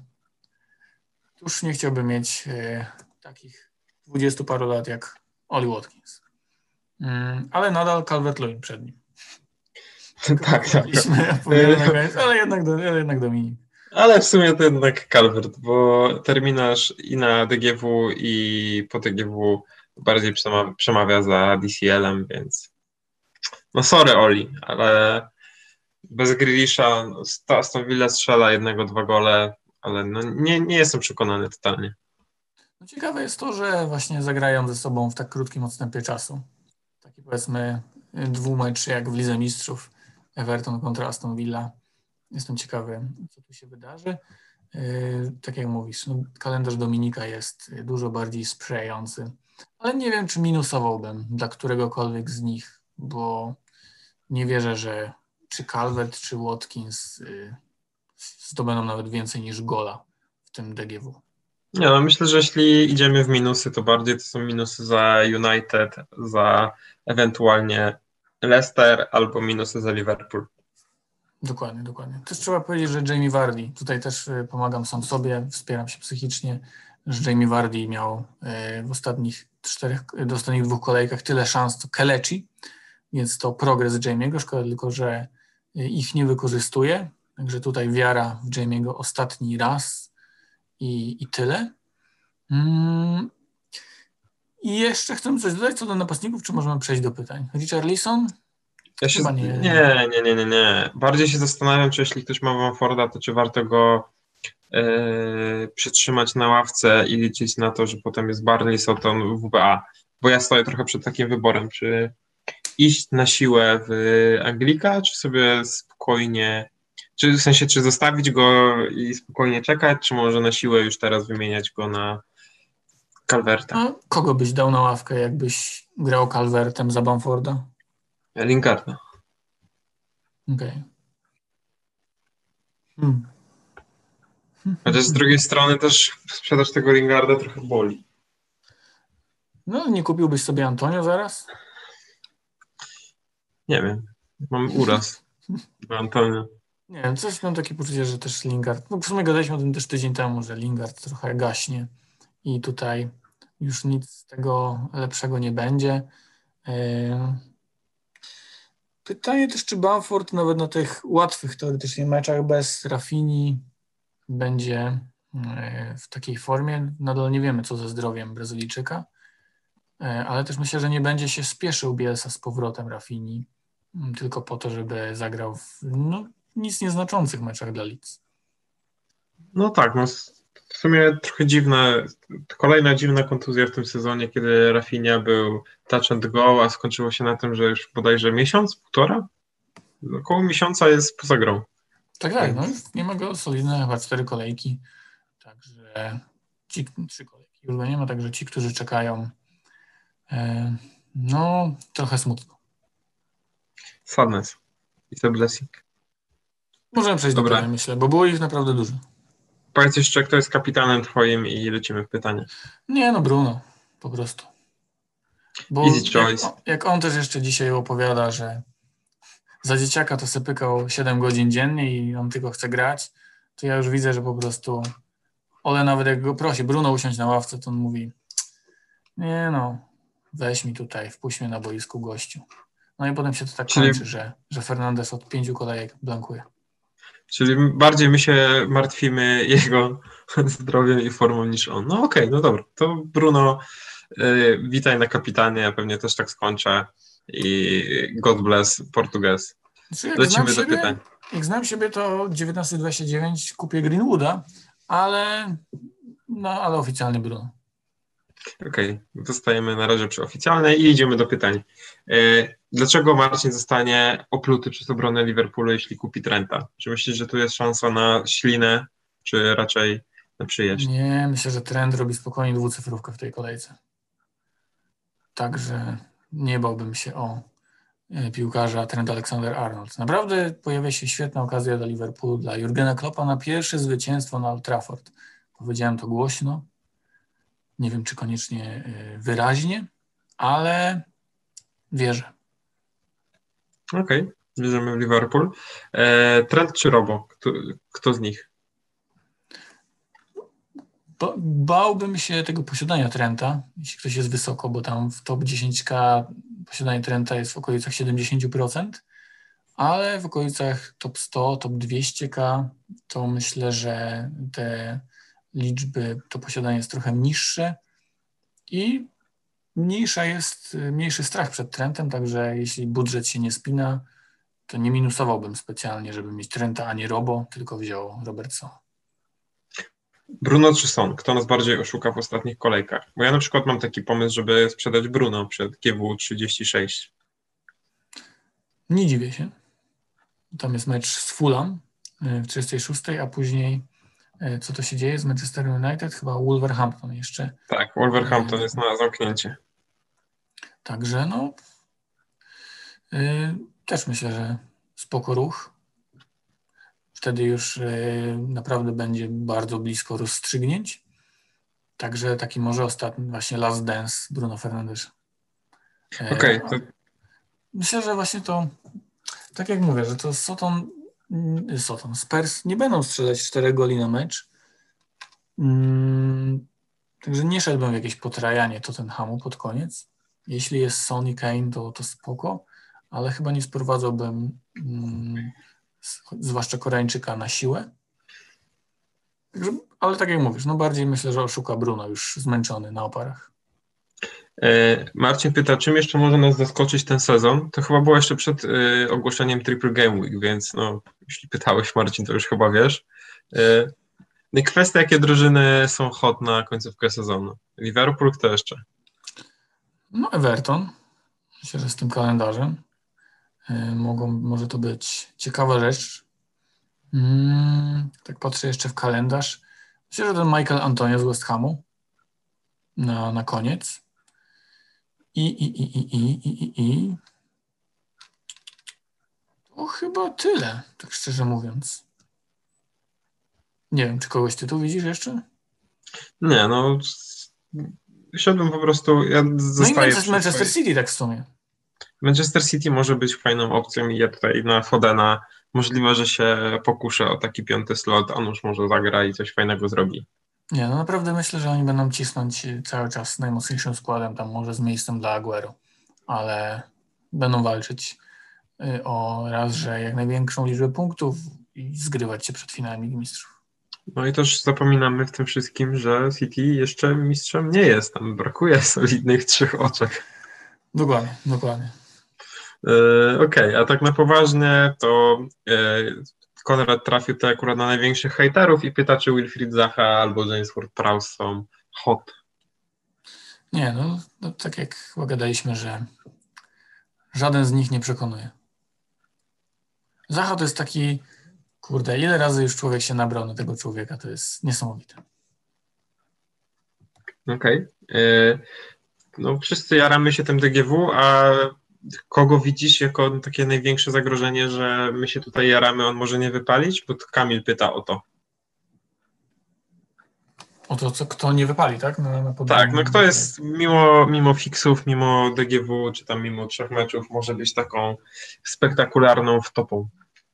Już nie chciałbym mieć e, takich dwudziestu paru lat jak Oli Watkins. Mm, ale nadal Calvert-Lewin przed nim. tak, tak. Ale jednak, ale jednak Dominik. Ale w sumie to jednak Calvert, bo terminarz i na D G W i po D G W bardziej przemawia, przemawia za D C L-em, więc no sorry Oli, ale bez Grealisha no, Aston Villa strzela jednego, dwa gole, ale no nie, nie jestem przekonany totalnie. No ciekawe jest to, że właśnie zagrają ze sobą w tak krótkim odstępie czasu. Taki powiedzmy dwumecz jak w Lidze Mistrzów, Everton kontra Aston Villa. Jestem ciekawy, co tu się wydarzy. Yy, tak jak mówisz, no, kalendarz Dominika jest dużo bardziej sprzyjający, ale nie wiem, czy minusowałbym dla któregokolwiek z nich, bo nie wierzę, że czy Calvert, czy Watkins y, zdobędą nawet więcej niż gola w tym D G W. Nie, no myślę, że jeśli idziemy w minusy, to bardziej to są minusy za United, za ewentualnie Leicester albo minusy za Liverpool. Dokładnie, dokładnie. Też trzeba powiedzieć, że Jamie Vardy, tutaj też y, pomagam sam sobie, wspieram się psychicznie, że Jamie Vardy miał y, w ostatnich czterech, w ostatnich dwóch kolejkach tyle szans co Kelechi, więc to progres Jamie'ego, szkoda tylko, że y, ich nie wykorzystuje, także tutaj wiara w Jamie'ego ostatni raz i, i tyle. Mm. I jeszcze chcę coś dodać co do napastników, czy możemy przejść do pytań? Richarlison? Ja się, Chyba z- nie. nie, nie, nie, nie, nie. Bardziej się zastanawiam, czy jeśli ktoś ma Bamforda, to czy warto go e, przytrzymać na ławce i liczyć na to, że potem jest Barney, Soton, W B A. Bo ja stoję trochę przed takim wyborem, czy iść na siłę w Anglika, czy sobie spokojnie, czy w sensie, czy zostawić go i spokojnie czekać, czy może na siłę już teraz wymieniać go na Calverta. A kogo byś dał na ławkę, jakbyś grał Calvertem za Bamforda? Lingarda. Okej. Okay. Hmm. Chociaż z drugiej strony też sprzedaż tego Lingarda trochę boli. No, nie kupiłbyś sobie Antonio zaraz? Nie wiem. Mam uraz do Antonio. Nie wiem, coś mam takie poczucie, że też Lingard, no w sumie gadaliśmy o tym też tydzień temu, że Lingard trochę gaśnie i tutaj już nic z tego lepszego nie będzie. Yy. Pytanie też, czy Bamford nawet na tych łatwych teoretycznie meczach bez Rafini będzie yy, w takiej formie. Nadal nie wiemy, co ze zdrowiem Brazylijczyka, yy, ale też myślę, że nie będzie się spieszył Bielsa z powrotem Rafini, yy, tylko po to, żeby zagrał w no, nic nieznaczących meczach dla Leeds. No tak, no w sumie trochę dziwna, kolejna dziwna kontuzja w tym sezonie, kiedy Rafinha był touch and go, a skończyło się na tym, że już bodajże miesiąc, półtora? Około miesiąca jest poza grą. Tak, tak, no już nie ma go solidne chyba cztery kolejki, także ci, trzy kolejki już go nie ma, także ci, którzy czekają, e, no trochę smutno. Sadness. It's a blessing. Możemy przejść Dobra. do pytań, myślę, bo było ich naprawdę dużo. Powiedz jeszcze, kto jest kapitanem twoim i lecimy w pytanie. Nie, no Bruno, po prostu. Bo Easy jak, choice. on- jak on też jeszcze dzisiaj opowiada, że za dzieciaka to se pykał siedem godzin dziennie i on tylko chce grać, to ja już widzę, że po prostu Ole nawet jak go prosi, Bruno usiąść na ławce, to on mówi, nie no, weź mi tutaj, wpuść mnie na boisku gościu. No i potem się to tak Czyli- kończy, że, że Fernandes od pięciu kolejek blankuje. Czyli bardziej my się martwimy jego zdrowiem i formą niż on. No okej, no dobra. To Bruno, y, witaj na kapitanie, ja pewnie też tak skończę i God bless Portugues. Znaczy, jak Lecimy znam do siebie, pytań. jak znam siebie, to dziewiętnaście dwadzieścia dziewięć kupię Greenwooda, ale no, ale oficjalny Bruno. Okej, zostajemy na razie przy oficjalnej i idziemy do pytań. Y, Dlaczego Marcin zostanie opluty przez obronę Liverpoolu, jeśli kupi Trenta? Czy myślisz, że tu jest szansa na ślinę, czy raczej na przyjaźń? Nie, myślę, że trend robi spokojnie dwucyfrówkę w tej kolejce. Także nie bałbym się o e, piłkarza Trent Alexander-Arnold. Naprawdę pojawia się świetna okazja dla Liverpoolu, dla Jurgena Kloppa na pierwsze zwycięstwo na Old Trafford. Powiedziałem to głośno. Nie wiem, czy koniecznie e, wyraźnie, ale wierzę. Okej, bierzemy w Liverpool. E, Trent czy Robo? Kto, kto z nich? Ba- Bałbym się tego posiadania Trenta, jeśli ktoś jest wysoko, bo tam w top dziesięć ka posiadanie Trenta jest w okolicach siedemdziesiąt procent, ale w okolicach top sto, top dwieście ka to myślę, że te liczby, to posiadanie jest trochę niższe i mniejsza jest, mniejszy strach przed Trentem, także jeśli budżet się nie spina, to nie minusowałbym specjalnie, żeby mieć Trenta, a nie Robo, tylko wziął Robertsona. Bruno czy Son? Kto nas bardziej oszuka w ostatnich kolejkach? Bo ja na przykład mam taki pomysł, żeby sprzedać Bruno przed G W trzydzieści sześć. Nie dziwię się. Tam jest mecz z Fulham y, w trzydziestej szóstej, a później y, co to się dzieje z Manchester United? Chyba Wolverhampton jeszcze. Tak, Wolverhampton jest na zamknięcie. Także no y, też myślę, że spoko ruch. Wtedy już y, naprawdę będzie bardzo blisko rozstrzygnięć. Także taki może ostatni właśnie last dance Bruno Fernandes. Okej, Y, to myślę, że właśnie to, tak jak mówię, że to Soton, mm, Soton, Spurs nie będą strzelać czterech goli na mecz. Mm, także nie szedłbym w jakieś potrajanie Tottenhamu pod koniec. Jeśli jest Son i Kane, to, to spoko, ale chyba nie sprowadzałbym mm, z, zwłaszcza Koreańczyka na siłę. Także, ale tak jak mówisz, no bardziej myślę, że oszuka Bruno, już zmęczony na oparach. e, Marcin pyta, czym jeszcze może nas zaskoczyć ten sezon? To chyba było jeszcze przed e, ogłoszeniem Triple Game Week, więc no, jeśli pytałeś, Marcin, to już chyba wiesz. E, no i kwestia, jakie drużyny są hot na końcówkę sezonu. Liverpool, kto jeszcze? No Everton, myślę, że z tym kalendarzem y, mogą, może to być ciekawa rzecz. Mm, tak patrzę jeszcze w kalendarz. Myślę, że ten Michael Antonio z West Hamu na, na koniec. I, i, i, i, i, i, i. To chyba tyle, tak szczerze mówiąc. Nie wiem, czy kogoś ty tu widzisz jeszcze? Nie, no siadłem po prostu, ja No i zostaję Manchester, przy Manchester swojej... City tak w sumie. Manchester City może być fajną opcją i ja tutaj na Fodena możliwe, że się pokuszę o taki piąty slot, a nuż może zagra i coś fajnego zrobi. Nie, no naprawdę myślę, że oni będą cisnąć cały czas najmocniejszym składem, tam może z miejscem dla Aguero, ale będą walczyć y, o raz, że jak największą liczbę punktów i zgrywać się przed finałem Ligi Mistrzów. No i też zapominamy w tym wszystkim, że City jeszcze mistrzem nie jest, tam brakuje solidnych trzech oczek. Dokładnie, dokładnie. E, Okej, okay, a tak na poważnie to e, Konrad trafił tutaj akurat na największych hejterów i pyta, czy Wilfried Zaha albo James Ward-Prowse są hot. Nie, no, no tak jak chyba gadaliśmy, że żaden z nich nie przekonuje. Zaha to jest taki, kurde, ile razy już człowiek się nabrał na tego człowieka, to jest niesamowite. Okej. Okay. No wszyscy jaramy się tym D G W, a kogo widzisz jako takie największe zagrożenie, że my się tutaj jaramy, on może nie wypalić? Bo to Kamil pyta o to. O to, co, kto nie wypali, tak? Na, na Tak, no podwójnym. kto jest mimo, mimo fixów, mimo D G W, czy tam mimo trzech meczów, może być taką spektakularną wtopą.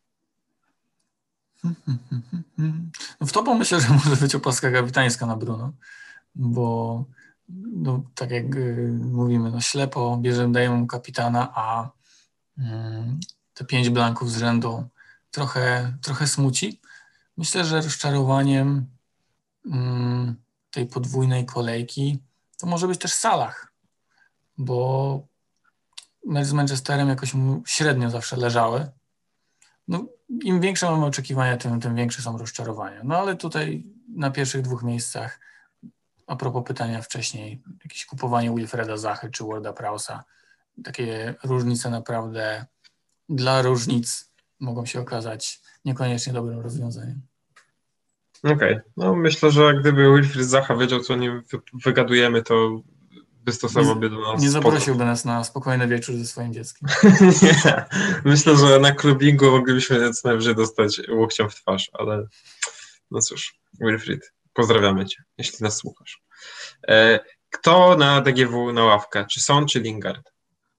No w topą myślę, że może być opaska kapitańska na Bruno, bo no, tak jak y, mówimy, no ślepo bierzemy, dajemy mu kapitana, a y, te pięć blanków z rzędu trochę, trochę smuci. Myślę, że rozczarowaniem y, tej podwójnej kolejki to może być też Salah, bo mecz z Manchesterem jakoś mu średnio zawsze leżały. No, im większe mamy oczekiwania, tym, tym większe są rozczarowania. No ale tutaj na pierwszych dwóch miejscach, a propos pytania wcześniej, jakieś kupowanie Wilfreda Zachy czy Warda Prowse'a, takie różnice naprawdę dla różnic mogą się okazać niekoniecznie dobrym rozwiązaniem. Okej, okay. No myślę, że gdyby Wilfried Zaha wiedział, co nim wygadujemy, to wystosowałby do nas Nie sposób. zaprosiłby nas na spokojny wieczór ze swoim dzieckiem. Nie, myślę, że na klubingu moglibyśmy co najwyżej dostać łokciem w twarz, ale no cóż, Wilfried, pozdrawiamy cię, jeśli nas słuchasz. Kto na D G W na ławkę? Czy Son, czy Lingard?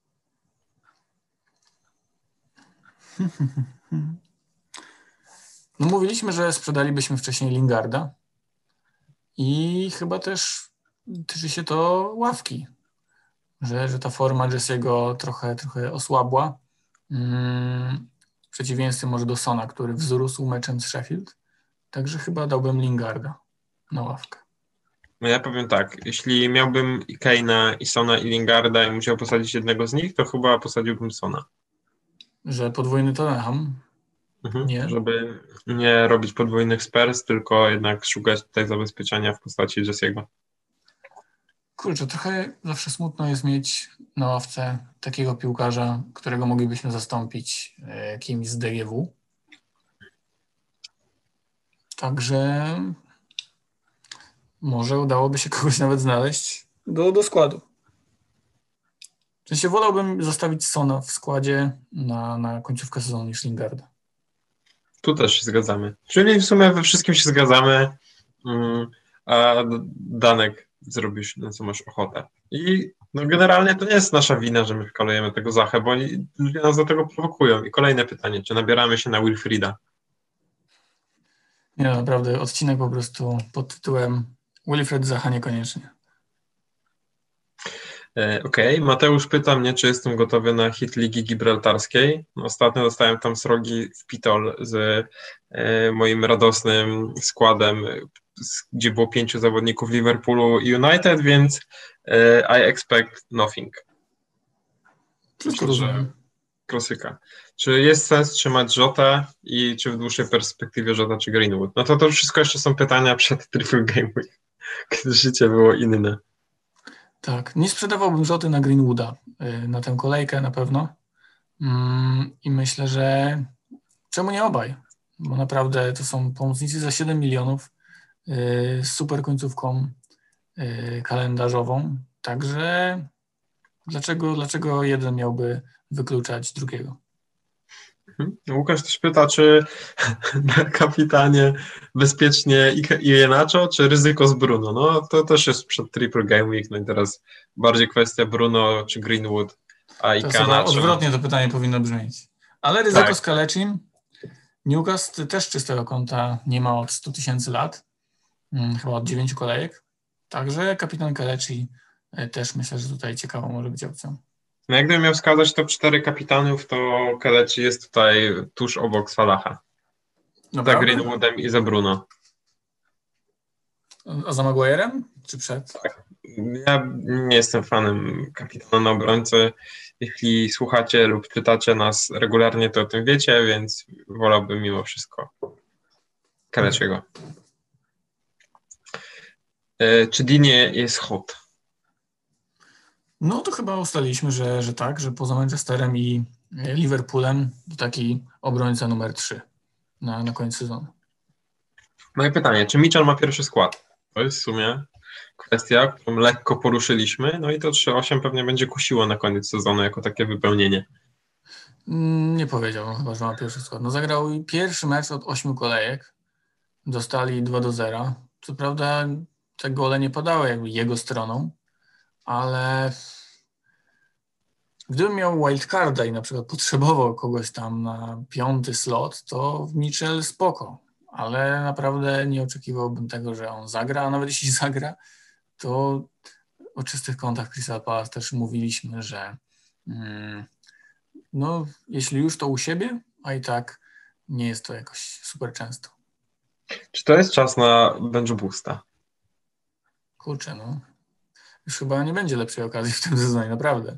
No mówiliśmy, że sprzedalibyśmy wcześniej Lingarda i chyba też tyczy się to ławki, że, że ta forma Jesse'ego trochę, trochę osłabła. Mm, w przeciwieństwie może do Sona, który wzrósł meczem z Sheffield. Także chyba dałbym Lingarda na ławkę. No ja powiem tak, jeśli miałbym i Kane'a, i Sona, i Lingarda i musiał posadzić jednego z nich, to chyba posadziłbym Sona. Że podwójny Tottenham? Mhm. Nie. Żeby nie robić podwójnych Spurs, tylko jednak szukać tutaj zabezpieczenia w postaci Jesse'ego. Kurczę, trochę zawsze smutno jest mieć na ławce takiego piłkarza, którego moglibyśmy zastąpić e, kimś z D G W. Także może udałoby się kogoś nawet znaleźć do, do składu. sensie wolałbym zostawić Sona w składzie na, na końcówkę sezonu niż Lingarda. Tu też się zgadzamy. Czyli w sumie we wszystkim się zgadzamy, a Danek zrobisz, na co masz ochotę. I no generalnie to nie jest nasza wina, że my wkalujemy tego Zachę, bo oni, ludzie nas do tego prowokują. I kolejne pytanie, czy nabieramy się na Wilfrida? Nie, naprawdę odcinek po prostu pod tytułem Wilfred Zaha niekoniecznie. Okej, okay. Mateusz pyta mnie, czy jestem gotowy na hit Ligi Gibraltarskiej. Ostatnio dostałem tam srogi w pitol z e, moim radosnym składem, z, gdzie było pięciu zawodników Liverpoolu i United, więc e, I expect nothing. Wszystko Myślę, rozumiem. że klasyka. Czy jest sens trzymać Jotę i czy w dłuższej perspektywie Jota czy Greenwood? No to to wszystko jeszcze są pytania przed Triple Game Week, kiedy życie było inne. Tak, nie sprzedawałbym Joty na Greenwooda, na tę kolejkę na pewno. I myślę, że czemu nie obaj? Bo naprawdę to są pomocnicy za siedem milionów z super końcówką kalendarzową. Także dlaczego, dlaczego jeden miałby wykluczać drugiego? Łukasz też pyta, czy na kapitanie bezpiecznie Iheanacho, czy ryzyko z Bruno? No to też jest przed Triple Game Week, no i teraz bardziej kwestia Bruno czy Greenwood, a To chyba Iheanacho. odwrotnie to pytanie powinno brzmieć. Ale ryzyko tak. z Kalecim. Newcastle też czystego konta nie ma od stu tysięcy lat, chyba od dziewięciu kolejek. Także kapitan Kaleci też myślę, że tutaj ciekawa może być opcją. No jakbym miał wskazać top cztery kapitanów, to Kaleci jest tutaj tuż obok Salaha. Za Greenwoodem i za Bruno. A za Maguire'em? Czy przed? Tak. Ja nie jestem fanem kapitana na obrońcy. Jeśli słuchacie lub czytacie nas regularnie, to o tym wiecie, więc wolałbym mimo wszystko Kaleciego. Czy Dinie jest hot? No to chyba ustaliliśmy, że, że tak, że poza Manchesterem i Liverpoolem to taki obrońca numer trzy na, na koniec sezonu. Moje pytanie, czy Mitchell ma pierwszy skład? To jest w sumie kwestia, którą lekko poruszyliśmy, no i to trzy osiem pewnie będzie kusiło na koniec sezonu jako takie wypełnienie. Nie powiedziałbym chyba, że ma pierwszy skład. No zagrał pierwszy mecz od ośmiu kolejek, dostali dwa do zera. Co prawda te gole nie padały jakby jego stroną, ale gdybym miał wildcarda i na przykład potrzebował kogoś tam na piąty slot, to Mitchell spoko, ale naprawdę nie oczekiwałbym tego, że on zagra, a nawet jeśli zagra, to o czystych kątach Crystal Palace też mówiliśmy, że mm, no jeśli już to u siebie, a i tak nie jest to jakoś super często. Czy to jest czas na bench boosta? Kurczę, no. Już chyba nie będzie lepszej okazji w tym sezonie, naprawdę.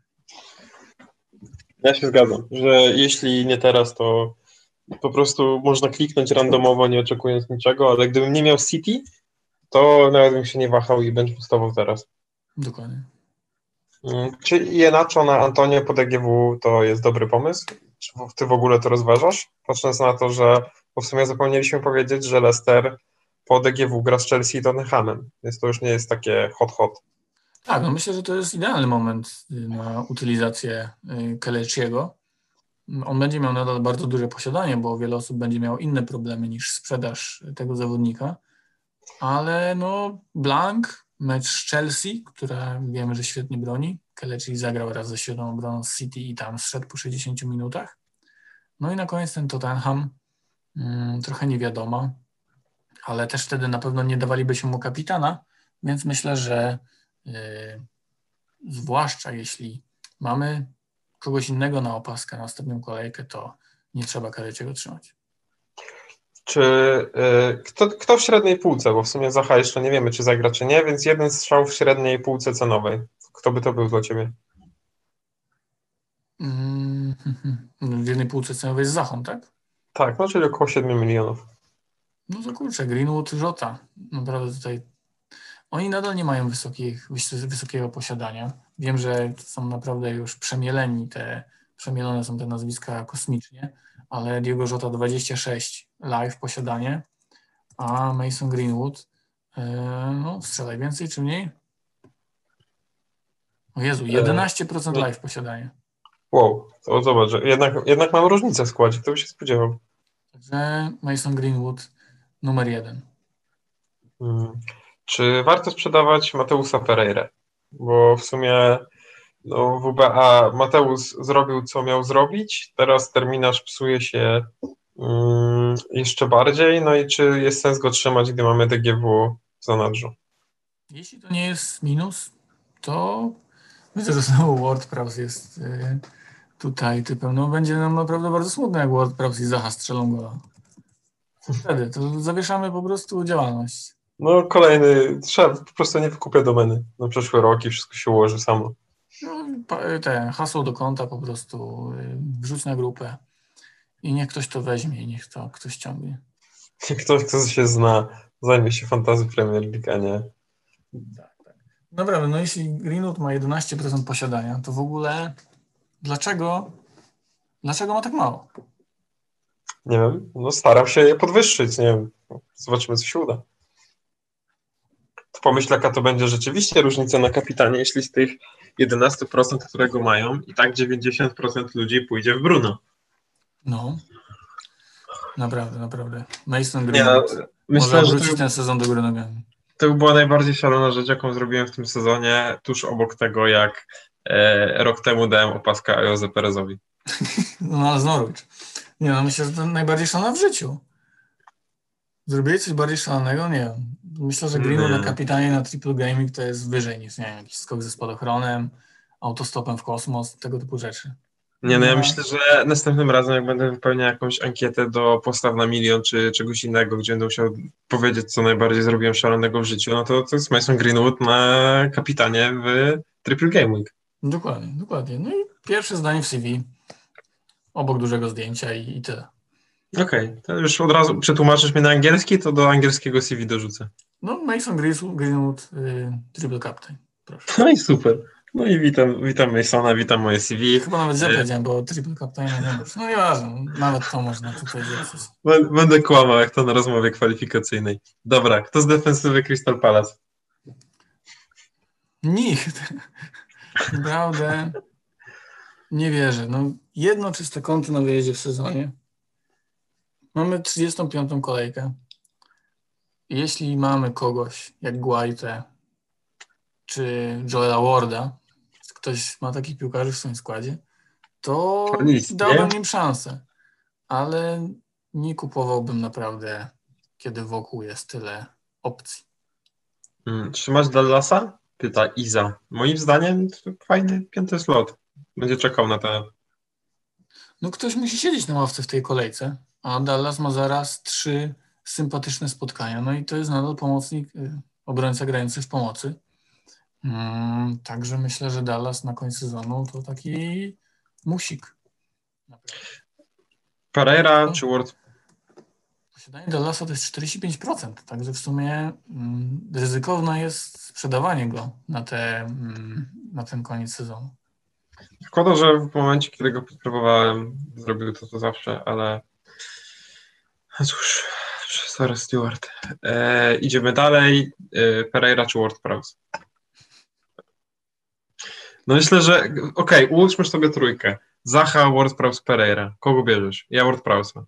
Ja się zgadzam, że jeśli nie teraz, to po prostu można kliknąć randomowo, nie oczekując niczego, ale gdybym nie miał City, to nawet bym się nie wahał i bench boostował teraz. Dokładnie. Czy Iheanacho na Antonio po D G W to jest dobry pomysł? Czy ty w ogóle to rozważasz? Patrząc na to, że bo w sumie zapomnieliśmy powiedzieć, że Leicester po D G W gra z Chelsea i Tottenhamem, więc to już nie jest takie hot hot. Tak, no myślę, że to jest idealny moment na utylizację Kaleciego. On będzie miał nadal bardzo duże posiadanie, bo wiele osób będzie miało inne problemy niż sprzedaż tego zawodnika, ale no Blank, mecz z Chelsea, która wiemy, że świetnie broni. Kaleci zagrał raz ze świetną obroną z City i tam zszedł po sześćdziesięciu minutach. No i na koniec ten Tottenham, hmm, trochę nie wiadomo, ale też wtedy na pewno nie dawalibyśmy mu kapitana, więc myślę, że yy, zwłaszcza jeśli mamy kogoś innego na opaskę na ostatnią kolejkę, to nie trzeba Kaleciego trzymać. Czy y, kto, kto w średniej półce, bo w sumie Zaha jeszcze nie wiemy, czy zagra, czy nie, więc jeden strzał w średniej półce cenowej. Kto by to był dla ciebie? Mm, w jednej półce cenowej z Zachą, tak? Tak, no czyli około siedmiu milionów. No to kurczę, Greenwood, Jota. Naprawdę tutaj oni nadal nie mają wysokich, wysokiego posiadania. Wiem, że są naprawdę już przemieleni, te przemielone są te nazwiska kosmicznie, ale Diego Jota dwadzieścia sześć live posiadanie, a Mason Greenwood yy, no strzelaj więcej czy mniej? O Jezu, jedenaście procent live posiadanie. Wow, to zobacz, że jednak, jednak mam różnicę w składzie, kto by się spodziewał. Także Mason Greenwood numer jeden. Hmm. Czy warto sprzedawać Mateusa Pereira? Bo w sumie no, W B A Mateusz zrobił, co miał zrobić, teraz terminarz psuje się mm, jeszcze bardziej, no i czy jest sens go trzymać, gdy mamy D G W w zanadrzu? Jeśli to nie jest minus, to myślę, że znowu WordPress jest y, tutaj typem. No będzie nam naprawdę bardzo smutno, jak WordPress i Zaha strzelą gola. Co wtedy? To zawieszamy po prostu działalność. No kolejny, trzeba, po prostu nie wykupia domeny na przyszły rok i wszystko się ułoży samo. No, pa- te hasło do konta po prostu y, wrzuć na grupę i niech ktoś to weźmie i niech to ktoś ciągnie. Ktoś, kto się zna, zajmie się Fantasy Premier League, a nie. Tak, tak. Naprawdę, no jeśli Greenwood ma jedenaście procent posiadania, to w ogóle dlaczego, dlaczego ma tak mało? Nie wiem, no staram się je podwyższyć, nie wiem, zobaczymy, co się uda. To pomyśl, jaka to będzie rzeczywiście różnica na kapitanie, jeśli z tych jedenaście procent, którego mają, i tak dziewięćdziesiąt procent ludzi pójdzie w Bruno. No, naprawdę, naprawdę. Mason Nie, no, Greenwood może myślę, że to, obrócić ten sezon do góry nogami. to była najbardziej szalona rzecz, jaką zrobiłem w tym sezonie, tuż obok tego, jak e, rok temu dałem opaskę Ajoze Perezowi. No ale z Norwich. Nie no, myślę, że to najbardziej szalone w życiu. Zrobili coś bardziej szalonego? Nie wiem. Myślę, że Greenwood na Nie. kapitanie na Triple Gaming to jest wyżej niż, nie wiem, jakiś skok ze spadochronem, autostopem w kosmos, tego typu rzeczy. Nie, no ja No, myślę, że następnym razem, jak będę wypełniał jakąś ankietę do postaw na milion czy czegoś innego, gdzie będę musiał powiedzieć, co najbardziej zrobiłem szalonego w życiu, no to to jest Mason Greenwood na kapitanie w Triple Game Week. dokładnie, dokładnie. No i pierwsze zdanie w C V, obok dużego zdjęcia i, i tyle. Okej, okay, to już od razu przetłumaczysz mnie na angielski, to do angielskiego C V dorzucę. No, Mason Greenwood, y, Triple Captain, proszę. No i super. No i witam, witam Masona, witam moje C V. Chyba nawet źle powiedziałem, bo Triple Captaina nie masz. No nieważne, nawet to można tutaj zepsuć. Będę kłamał, jak to na rozmowie kwalifikacyjnej. Dobra, kto z defensywy Crystal Palace? Nikt. Naprawdę nie wierzę. No, jedno czyste konto na wyjeździe w sezonie. Mamy trzydziestą piątą kolejkę. Jeśli mamy kogoś jak Guaite czy Joela Warda, ktoś ma takich piłkarzy w swoim składzie, to Nic, dałbym nie? im szansę. Ale nie kupowałbym naprawdę, kiedy wokół jest tyle opcji. Hmm, trzymać Dallasa? Pyta Iza. Moim zdaniem to fajny piąty slot. Będzie czekał na te. No ktoś musi siedzieć na ławce w tej kolejce, a Dallas ma zaraz trzy sympatyczne spotkania. No i to jest nadal pomocnik, y, obrońca grający w pomocy. Mm, także myślę, że Dallas na końcu sezonu to taki musik. Naprawdę. Pereira No, czy Ward? posiadanie Dallasa to jest czterdzieści pięć procent, także w sumie mm, ryzykowne jest sprzedawanie go na, te, mm, na ten koniec sezonu. Szkoda, że w momencie, kiedy go próbowałem, zrobił to, to zawsze, ale no cóż, sorry Stewart. E, idziemy dalej. E, Pereira czy Ward-Prowse? No myślę, że okej, okay, ułóżmy sobie trójkę. Zaha, Ward-Prowse, Pereira. Kogo bierzesz? Ja Ward-Prowse'a.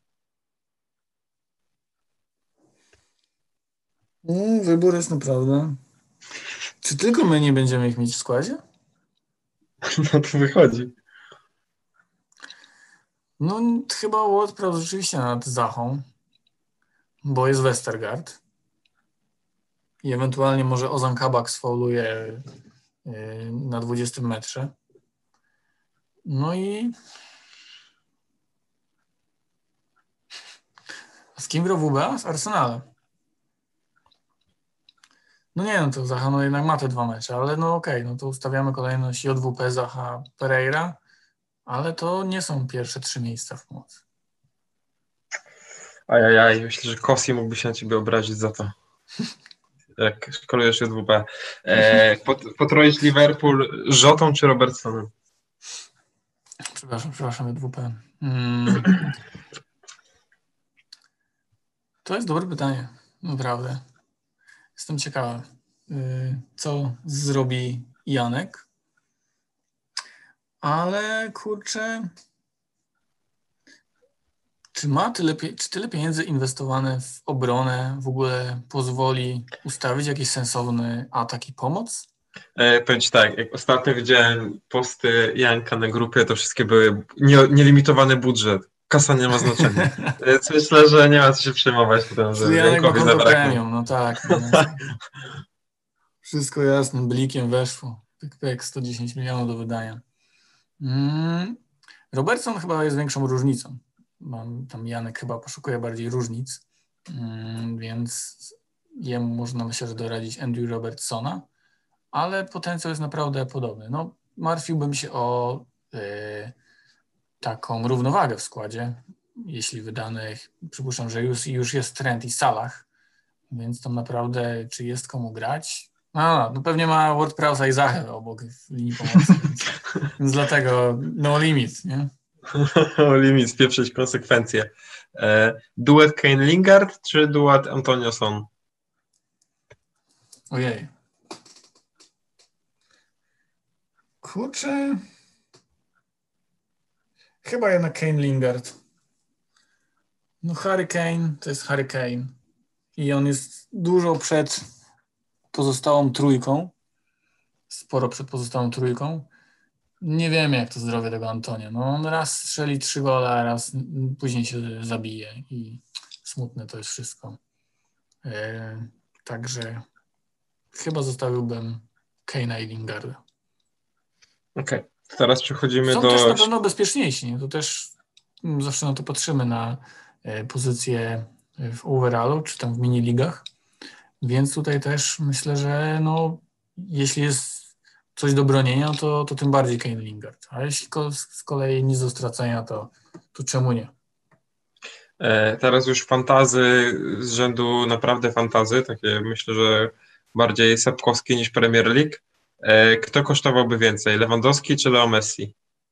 Mm, wybór jest naprawdę. Czy tylko my nie będziemy ich mieć w składzie? No to wychodzi. No chyba WordPress rzeczywiście nad Zachą, bo jest Westergaard i ewentualnie może Ozan Kabak sfauluje yy, na dwudziestym metrze. No i z kim grał W B A? Z Arsenalem. No nie, no to Zacha no jednak ma te dwa mecze, ale no okej, okay, no to ustawiamy kolejność J W P, Zacha, Pereira, ale to nie są pierwsze trzy miejsca w pomocy. Ajajaj, myślę, że Kosi mógłby się na ciebie obrazić za to. Jak szkolujesz J W P. E, pot, potroić Liverpool Rzotą czy Robertsonem? Przepraszam, przepraszam, J W P. Hmm. To jest dobre pytanie, naprawdę. Jestem ciekawy, co zrobi Janek. ale kurczę, czy ma tyle, czy tyle pieniędzy inwestowane w obronę w ogóle pozwoli ustawić jakiś sensowny atak i pomoc? E, powiem ci tak, jak ostatnio widziałem posty Janka na grupie, to wszystkie były nie, nielimitowany budżet. Kasa nie ma znaczenia. Więc myślę, że nie ma co się przejmować tym, Czyli że Janek ma Jankowi konto zabraknie. premium, no tak, no jasne. Wszystko jasne, blikiem weszło. Pyk, pyk, sto dziesięć milionów do wydania. Mm. Robertson chyba jest większą różnicą. Mam, tam Janek chyba poszukuje bardziej różnic, mm, więc jemu można, myślę, że doradzić Andrew Robertsona, ale potencjał jest naprawdę podobny. No, martwiłbym się o y, taką równowagę w składzie, jeśli wydanych, przypuszczam, że już, już jest Trent i Salah, więc tam naprawdę, czy jest komu grać? No, no pewnie ma WordPressa i Zachę obok w linii pomocy, więc, więc dlatego no limit, nie? Limit, spieprzyć konsekwencje. E, duet Kane Lingard czy duet Antonio Son? Ojej. Kurczę. Chyba jednak Kane Lingard. No Harry Kane to jest Harry Kane. I on jest dużo przed pozostałą trójką. Sporo przed pozostałą trójką. Nie wiem, jak to zdrowie tego Antonia. No on raz strzeli trzy gole, a raz później się zabije. I smutne to jest wszystko. Yy, także chyba zostawiłbym Kane'a i Lingarda. Okej, okay. Teraz przechodzimy Są do... też na pewno bezpieczniejsi. Nie? To też zawsze na to patrzymy na pozycję w overallu, czy tam w mini-ligach. Więc tutaj też myślę, że no, jeśli jest coś do bronienia, to, to tym bardziej Kane Lingard. A jeśli z kolei nic do stracenia, to, to czemu nie? Teraz już fantazy z rzędu naprawdę fantazy, takie myślę, że bardziej sapkowskie niż Premier League. Kto kosztowałby więcej, Lewandowski czy Leo Messi?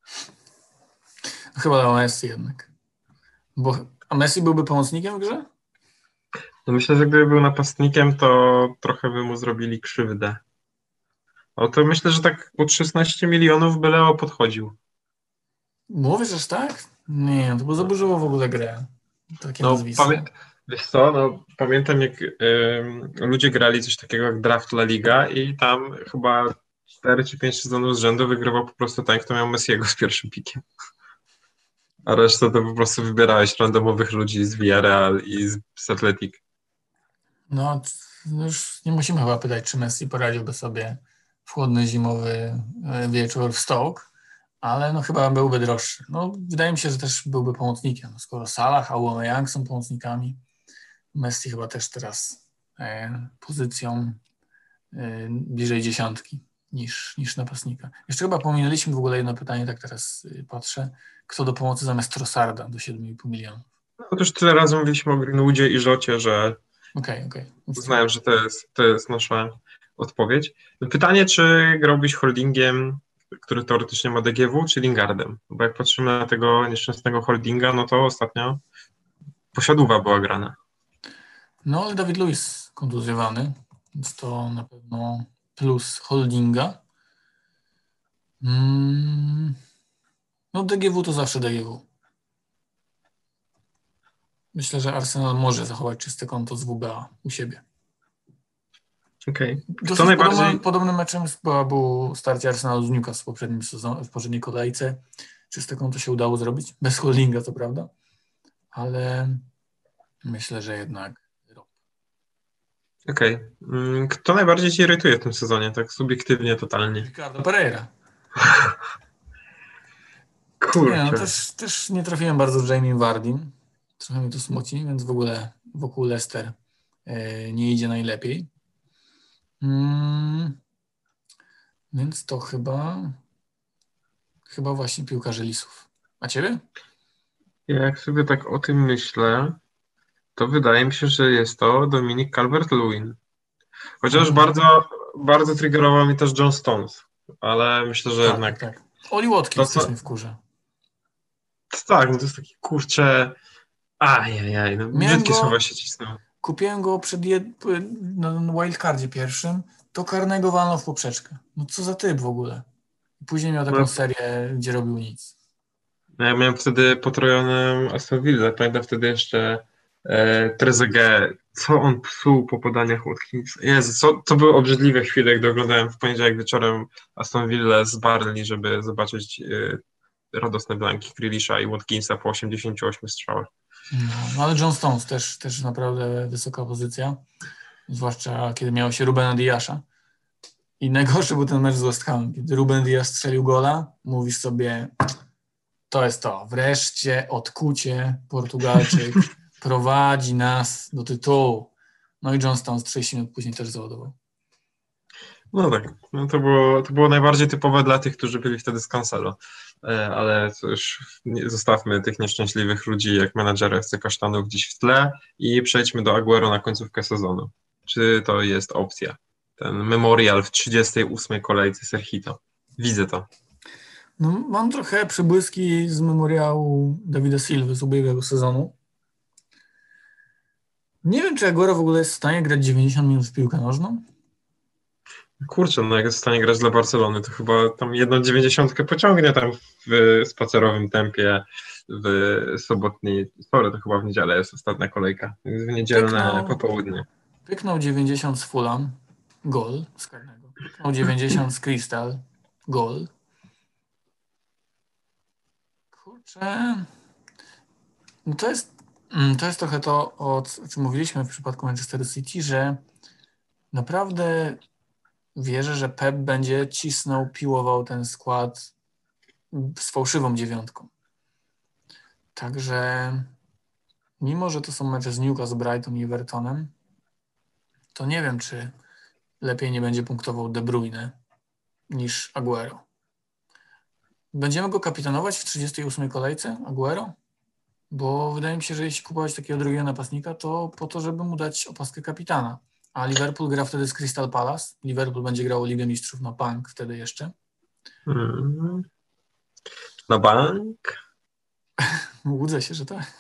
Chyba Leo Messi jednak. Bo, a Messi byłby pomocnikiem w grze? No myślę, że gdyby był napastnikiem, to trochę by mu zrobili krzywdę. No to myślę, że tak pod szesnaście milionów by Leo podchodził. Mówisz, że tak? Nie, to by zaburzyło w ogóle grę. Takie no, nazwisko. Pamię- wiesz co, no, pamiętam jak y, ludzie grali coś takiego jak Draft La Liga i tam chyba cztery czy pięć sezonów z rzędu wygrywał po prostu ten, kto miał Messiego z pierwszym pikiem. A resztę to po prostu wybierałeś randomowych ludzi z Villarreal i z, z Athletic. No, już nie musimy chyba pytać, czy Messi poradziłby sobie w chłodny, zimowy wieczór w Stoke, ale no chyba byłby droższy. No, wydaje mi się, że też byłby pomocnikiem. Skoro Salah, Aubameyang są pomocnikami, Messi chyba też teraz e, pozycją e, bliżej dziesiątki niż, niż napastnika. Jeszcze chyba pominęliśmy w ogóle jedno pytanie, tak teraz patrzę. Kto do pomocy zamiast Trossarda do siedem i pół milionów? No to już tyle razy mówiliśmy o Greenwoodzie i Rzocie, że Okej, okay, okej. Okay. uznałem, że to jest, to jest nasza odpowiedź. Pytanie, czy grałbyś holdingiem, który teoretycznie ma D G W, czy Lingardem? Bo jak patrzymy na tego nieszczęsnego holdinga, no to ostatnio posiadówa była grana. No, ale Dawid Luiz kontuzjowany, więc to na pewno plus holdinga. Mm. No D G W to zawsze D G W. Myślę, że Arsenal może zachować czyste konto z W B A u siebie. Okej. Okay. Dosyć najbardziej... podobnym, podobnym meczem była, było starcie Arsenalu z Newcastle w poprzednim sezonie, w poprzedniej kolejce. Czyste konto się udało zrobić, bez holdinga to prawda, ale myślę, że jednak Okej. Okay. Kto najbardziej Cię irytuje w tym sezonie, tak subiektywnie, totalnie? Ricardo Pereira. Kurczę. Nie, no też, też nie trafiłem bardzo z Jamie Vardym. Trochę mnie to smuci, więc w ogóle wokół Leicester yy, nie idzie najlepiej. Hmm. Więc to chyba chyba właśnie piłkarze Lisów. A ciebie? Jak sobie tak o tym myślę, to wydaje mi się, że jest to Dominik Calvert-Lewin. Chociaż mm. bardzo, bardzo triggerował mi też John Stones, ale myślę, że tak, jednak... Tak, tak. Oli Watkins też mnie wkurza. Tak, no to jest taki kurczę... Ajajaj, no brzydkie go, słowa się cisną. Kupiłem go przed jed... na wildcardzie pierwszym, to karnego walnął w poprzeczkę. No co za typ w ogóle? Później miał taką No, serię, gdzie robił nic. ja miałem wtedy potrojonym Aston Villa. Pamiętam wtedy jeszcze e, Trezeguet. Co on psuł po podaniach Watkins. Jezu, co, to były obrzydliwe chwile, gdy oglądałem w poniedziałek wieczorem Aston Villa z Barnley, żeby zobaczyć e, radosne blanki Grealisha i Watkinsa po osiemdziesięciu ośmiu strzałach. No, no ale John Stones też, też naprawdę wysoka pozycja. Zwłaszcza kiedy miało się Rubena Diasza. I najgorszy był ten mecz z West Hamem. Kiedy Ruben Dias strzelił gola, mówisz sobie, to jest to. Wreszcie odkucie Portugalczyk prowadzi nas do tytułu. No i John Stones trzydzieści minut później też załadował. No tak, no to było, to było najbardziej typowe dla tych, którzy byli wtedy z Cancelo. E, ale to już nie, zostawmy tych nieszczęśliwych ludzi jak menadżera F C Kasztanów gdzieś w tle i przejdźmy do Aguero na końcówkę sezonu. Czy to jest opcja? Ten memorial w trzydziestej ósmej kolejce Serhito. Widzę to. No, mam trochę przebłyski z memoriału Davida Silva z ubiegłego sezonu. Nie wiem, czy Aguero w ogóle jest w stanie grać dziewięćdziesiąt minut w piłkę nożną. Kurczę, no jak jest w stanie grać dla Barcelony, to chyba tam jedną dziewięćdziesiątkę pociągnie tam w spacerowym tempie w sobotni, sorry, to chyba w niedzielę jest ostatnia kolejka, w niedzielne Pyknął, popołudnie. pyknął dziewięćdziesiąt z Fulham, gol z karnego. Pyknął dziewięćdziesiąt z Crystal, gol. Kurczę, no to jest, to jest trochę to, o czym mówiliśmy w przypadku Manchester City, że naprawdę wierzę, że Pep będzie cisnął, piłował ten skład z fałszywą dziewiątką. Także mimo, że to są mecze z Newcastle, Brighton i Evertonem, to nie wiem, czy lepiej nie będzie punktował De Bruyne niż Aguero. Będziemy go kapitanować w trzydziestej ósmej kolejce, Aguero? Bo wydaje mi się, że jeśli kupować takiego drugiego napastnika, to po to, żeby mu dać opaskę kapitana. A Liverpool gra wtedy z Crystal Palace. Liverpool będzie grał Ligę Mistrzów na bank wtedy jeszcze. Hmm. Na bank? Łudzę się, że tak.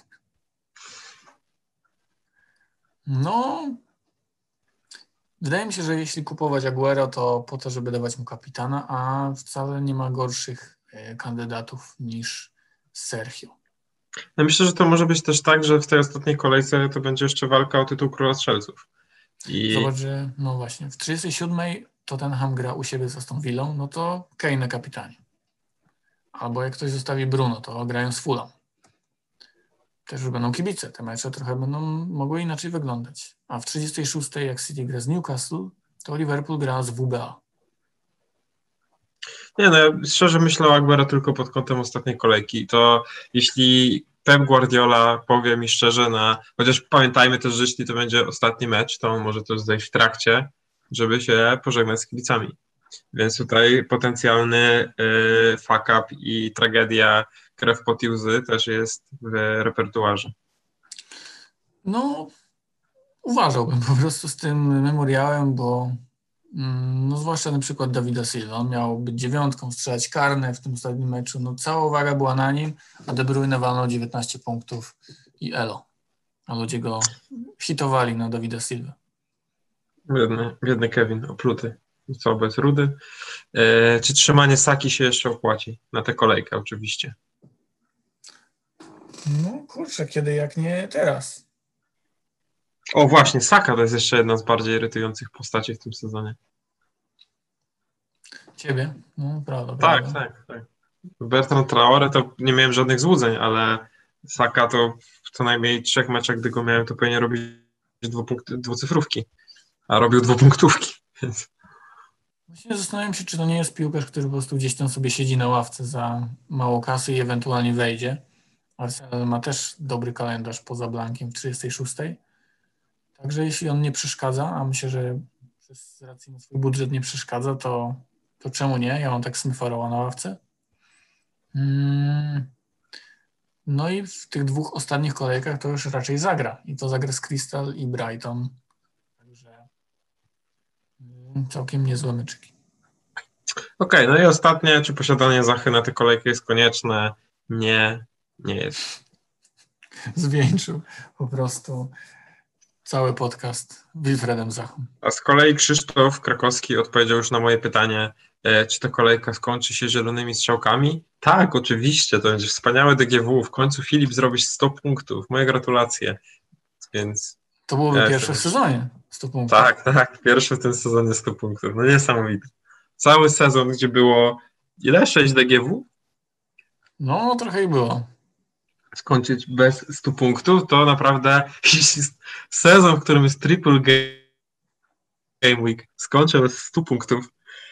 No, wydaje mi się, że jeśli kupować Aguero, to po to, żeby dawać mu kapitana, a wcale nie ma gorszych kandydatów niż Sergio. Ja myślę, że to może być też tak, że w tej ostatniej kolejce to będzie jeszcze walka o tytuł Króla Strzelców. I... Zobacz, że no właśnie, w trzydziestej siódmej Tottenham gra u siebie z Aston Villą, no to Kane na kapitanie. Albo jak ktoś zostawi Bruno, to grają z Fulham. Też już będą kibice, te mecze trochę będą mogły inaczej wyglądać. A w trzydziestej szóstej jak City gra z Newcastle, to Liverpool gra z W B A. Nie no, ja szczerze myślę o Aguero tylko pod kątem ostatniej kolejki. To jeśli Pep Guardiola powie mi szczerze, na, chociaż pamiętajmy też, że jeśli to będzie ostatni mecz, to on może też zejść w trakcie, żeby się pożegnać z kibicami. Więc tutaj potencjalny y, fuck up i tragedia, krew, pot i łzy też jest w repertuarze. No, uważałbym po prostu z tym memoriałem, bo no zwłaszcza na przykład Davida Silva, on miał być dziewiątką, strzelać karne w tym ostatnim meczu, no cała uwaga była na nim, a De Bruyne walnął dziewiętnaście punktów i elo. A ludzie go hitowali na Davida Silva. Biedny, biedny Kevin, opluty. Co, bez rudy? E, czy trzymanie Saki się jeszcze opłaci? Na tę kolejkę oczywiście. No kurczę, kiedy jak nie teraz. O właśnie, Saka to jest jeszcze jedna z bardziej irytujących postaci w tym sezonie. Ciebie? No prawda, Tak, prawda. tak, tak. Bertrand Traore to nie miałem żadnych złudzeń, ale Saka to w co najmniej trzech meczach, gdy go miałem, to powinien robić dwupunkt, dwucyfrówki, a robił dwupunktówki. Więc... Właśnie zastanawiam się, czy to nie jest piłkarz, który po prostu gdzieś tam sobie siedzi na ławce za mało kasy i ewentualnie wejdzie. Arsenal ma też dobry kalendarz poza Blankiem w trzydziestej szóstej. Także jeśli on nie przeszkadza, a myślę, że z racji na swój budżet nie przeszkadza, to, to czemu nie? Ja mam tak Smitha Rowe'a na ławce. Hmm. No i w tych dwóch ostatnich kolejkach to już raczej zagra. I to zagra z Crystal i Brighton. Także całkiem niezłe meczyki. Okej, okay, no i ostatnie, czy posiadanie Zachy na tę kolejkę jest konieczne? Nie, nie jest. Zwieńczył po prostu cały podcast Wilfredem Zachą. A z kolei Krzysztof Krakowski odpowiedział już na moje pytanie, e, czy ta kolejka skończy się zielonymi strzałkami? Tak, oczywiście, to będzie wspaniałe D G W. W końcu Filip zrobisz sto punktów. Moje gratulacje. Więc To byłoby ja pierwsze jestem w już... sezonie. sto punktów. Tak, tak, pierwszy w tym sezonie sto punktów. No niesamowite. Cały sezon, gdzie było ile? sześć D G W? No, trochę i było. Skończyć bez stu punktów, to naprawdę sezon, w którym jest triple game week, skończę bez stu punktów,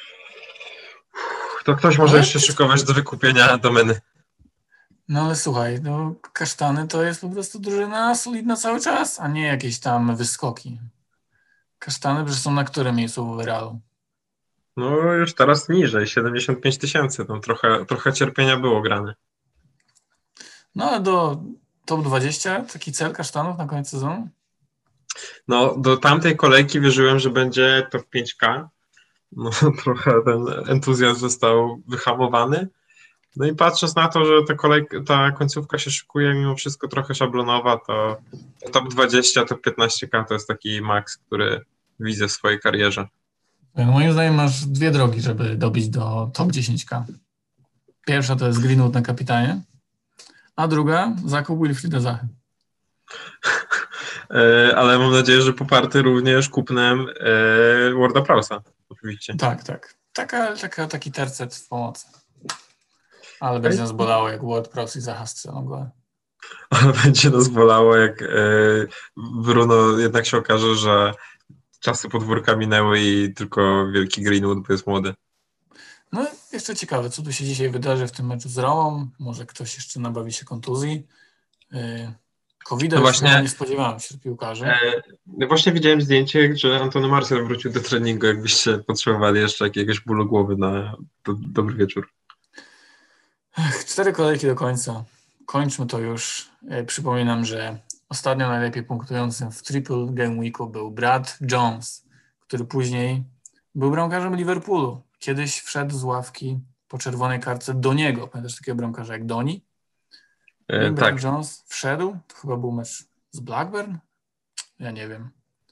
to ktoś może Ale jeszcze szykować do wykupienia domeny. No ale słuchaj, no Kasztany to jest po prostu drużyna solidna cały czas, a nie jakieś tam wyskoki. Kasztany przecież są na którym miejscu w overallu? No już teraz niżej, siedemdziesiąt pięć tysięcy, tam trochę, trochę cierpienia było grane. No ale do top dwudziestu taki cel Kasztanów na koniec sezonu? No do tamtej kolejki wierzyłem, że będzie top pięć K, no trochę ten entuzjazm został wyhamowany. No i patrząc na to, że ta, kolejka, ta końcówka się szykuje mimo wszystko trochę szablonowa, to top dwadzieścia, top piętnaście K to jest taki maks, który widzę w swojej karierze. No, moim zdaniem masz dwie drogi, żeby dobić do top dziesięć K. Pierwsza to jest Greenwood na kapitanie, a druga zakup Wilfrieda Zachy. Ale mam nadzieję, że poparty również kupnem Warda Prowse'a, oczywiście. Tak, tak. Taka, taka, taki tercet w pomocy. Ale będzie nas bolało, jak Ward Prowse i Zaha strzelą gole. Ale będzie nas bolało, jak Bruno jednak się okaże, że czasy podwórka minęły i tylko wielki Greenwood, bo jest młody. No jeszcze ciekawe, co tu się dzisiaj wydarzy w tym meczu z Romą. Może ktoś jeszcze nabawi się kontuzji. kowida No już właśnie, chyba nie spodziewałem wśród piłkarzy. E, właśnie widziałem zdjęcie, że Antony Marcel wrócił do treningu, jakbyście potrzebowali jeszcze jakiegoś bólu głowy na do, dobry wieczór. Ech, cztery kolejki do końca. Kończmy to już. E, przypominam, że ostatnio najlepiej punktującym w Triple Game Weeku był Brad Jones, który później był bramkarzem Liverpoolu. Kiedyś wszedł z ławki po czerwonej kartce do niego. Pamiętasz takiego bramkarza jak Doni? E, I Brad tak. Jones wszedł, to chyba był mecz z Blackburn? Ja nie wiem.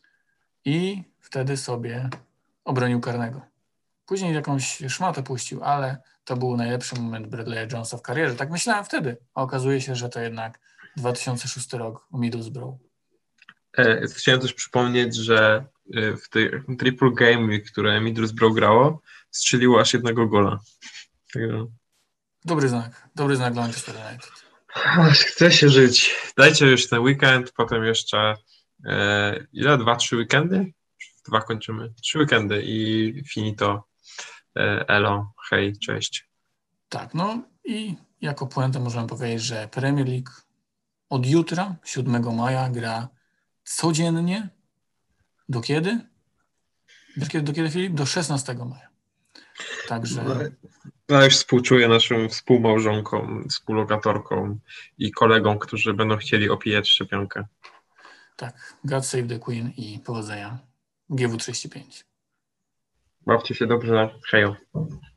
I wtedy sobie obronił karnego. Później jakąś szmatę puścił, ale to był najlepszy moment Bradley'a Jonesa w karierze. Tak myślałem wtedy, a okazuje się, że to jednak dwa tysiące szósty rok u Middlesbrough. E, chciałem też przypomnieć, że w tej Triple Game Week, które Middlesbrough grało, strzeliło aż jednego gola. Także... Dobry znak. Dobry znak dla Manchester United. Ach, chce się żyć. Dajcie już ten weekend, potem jeszcze e, ile? Dwa, trzy weekendy? Dwa kończymy. Trzy weekendy i finito. E, elo, hej, cześć. Tak, no i jako puentę możemy powiedzieć, że Premier League od jutra, siódmego maja, gra codziennie. Do kiedy? Do kiedy, do kiedy Filip? Do szesnastego maja. Także... Ja już współczuję naszym współmałżonkom, współlokatorkom i kolegom, którzy będą chcieli opijać szczepionkę. Tak, God Save the Queen i powodzenia. G W trzydzieści pięć. Bawcie się dobrze, hejo.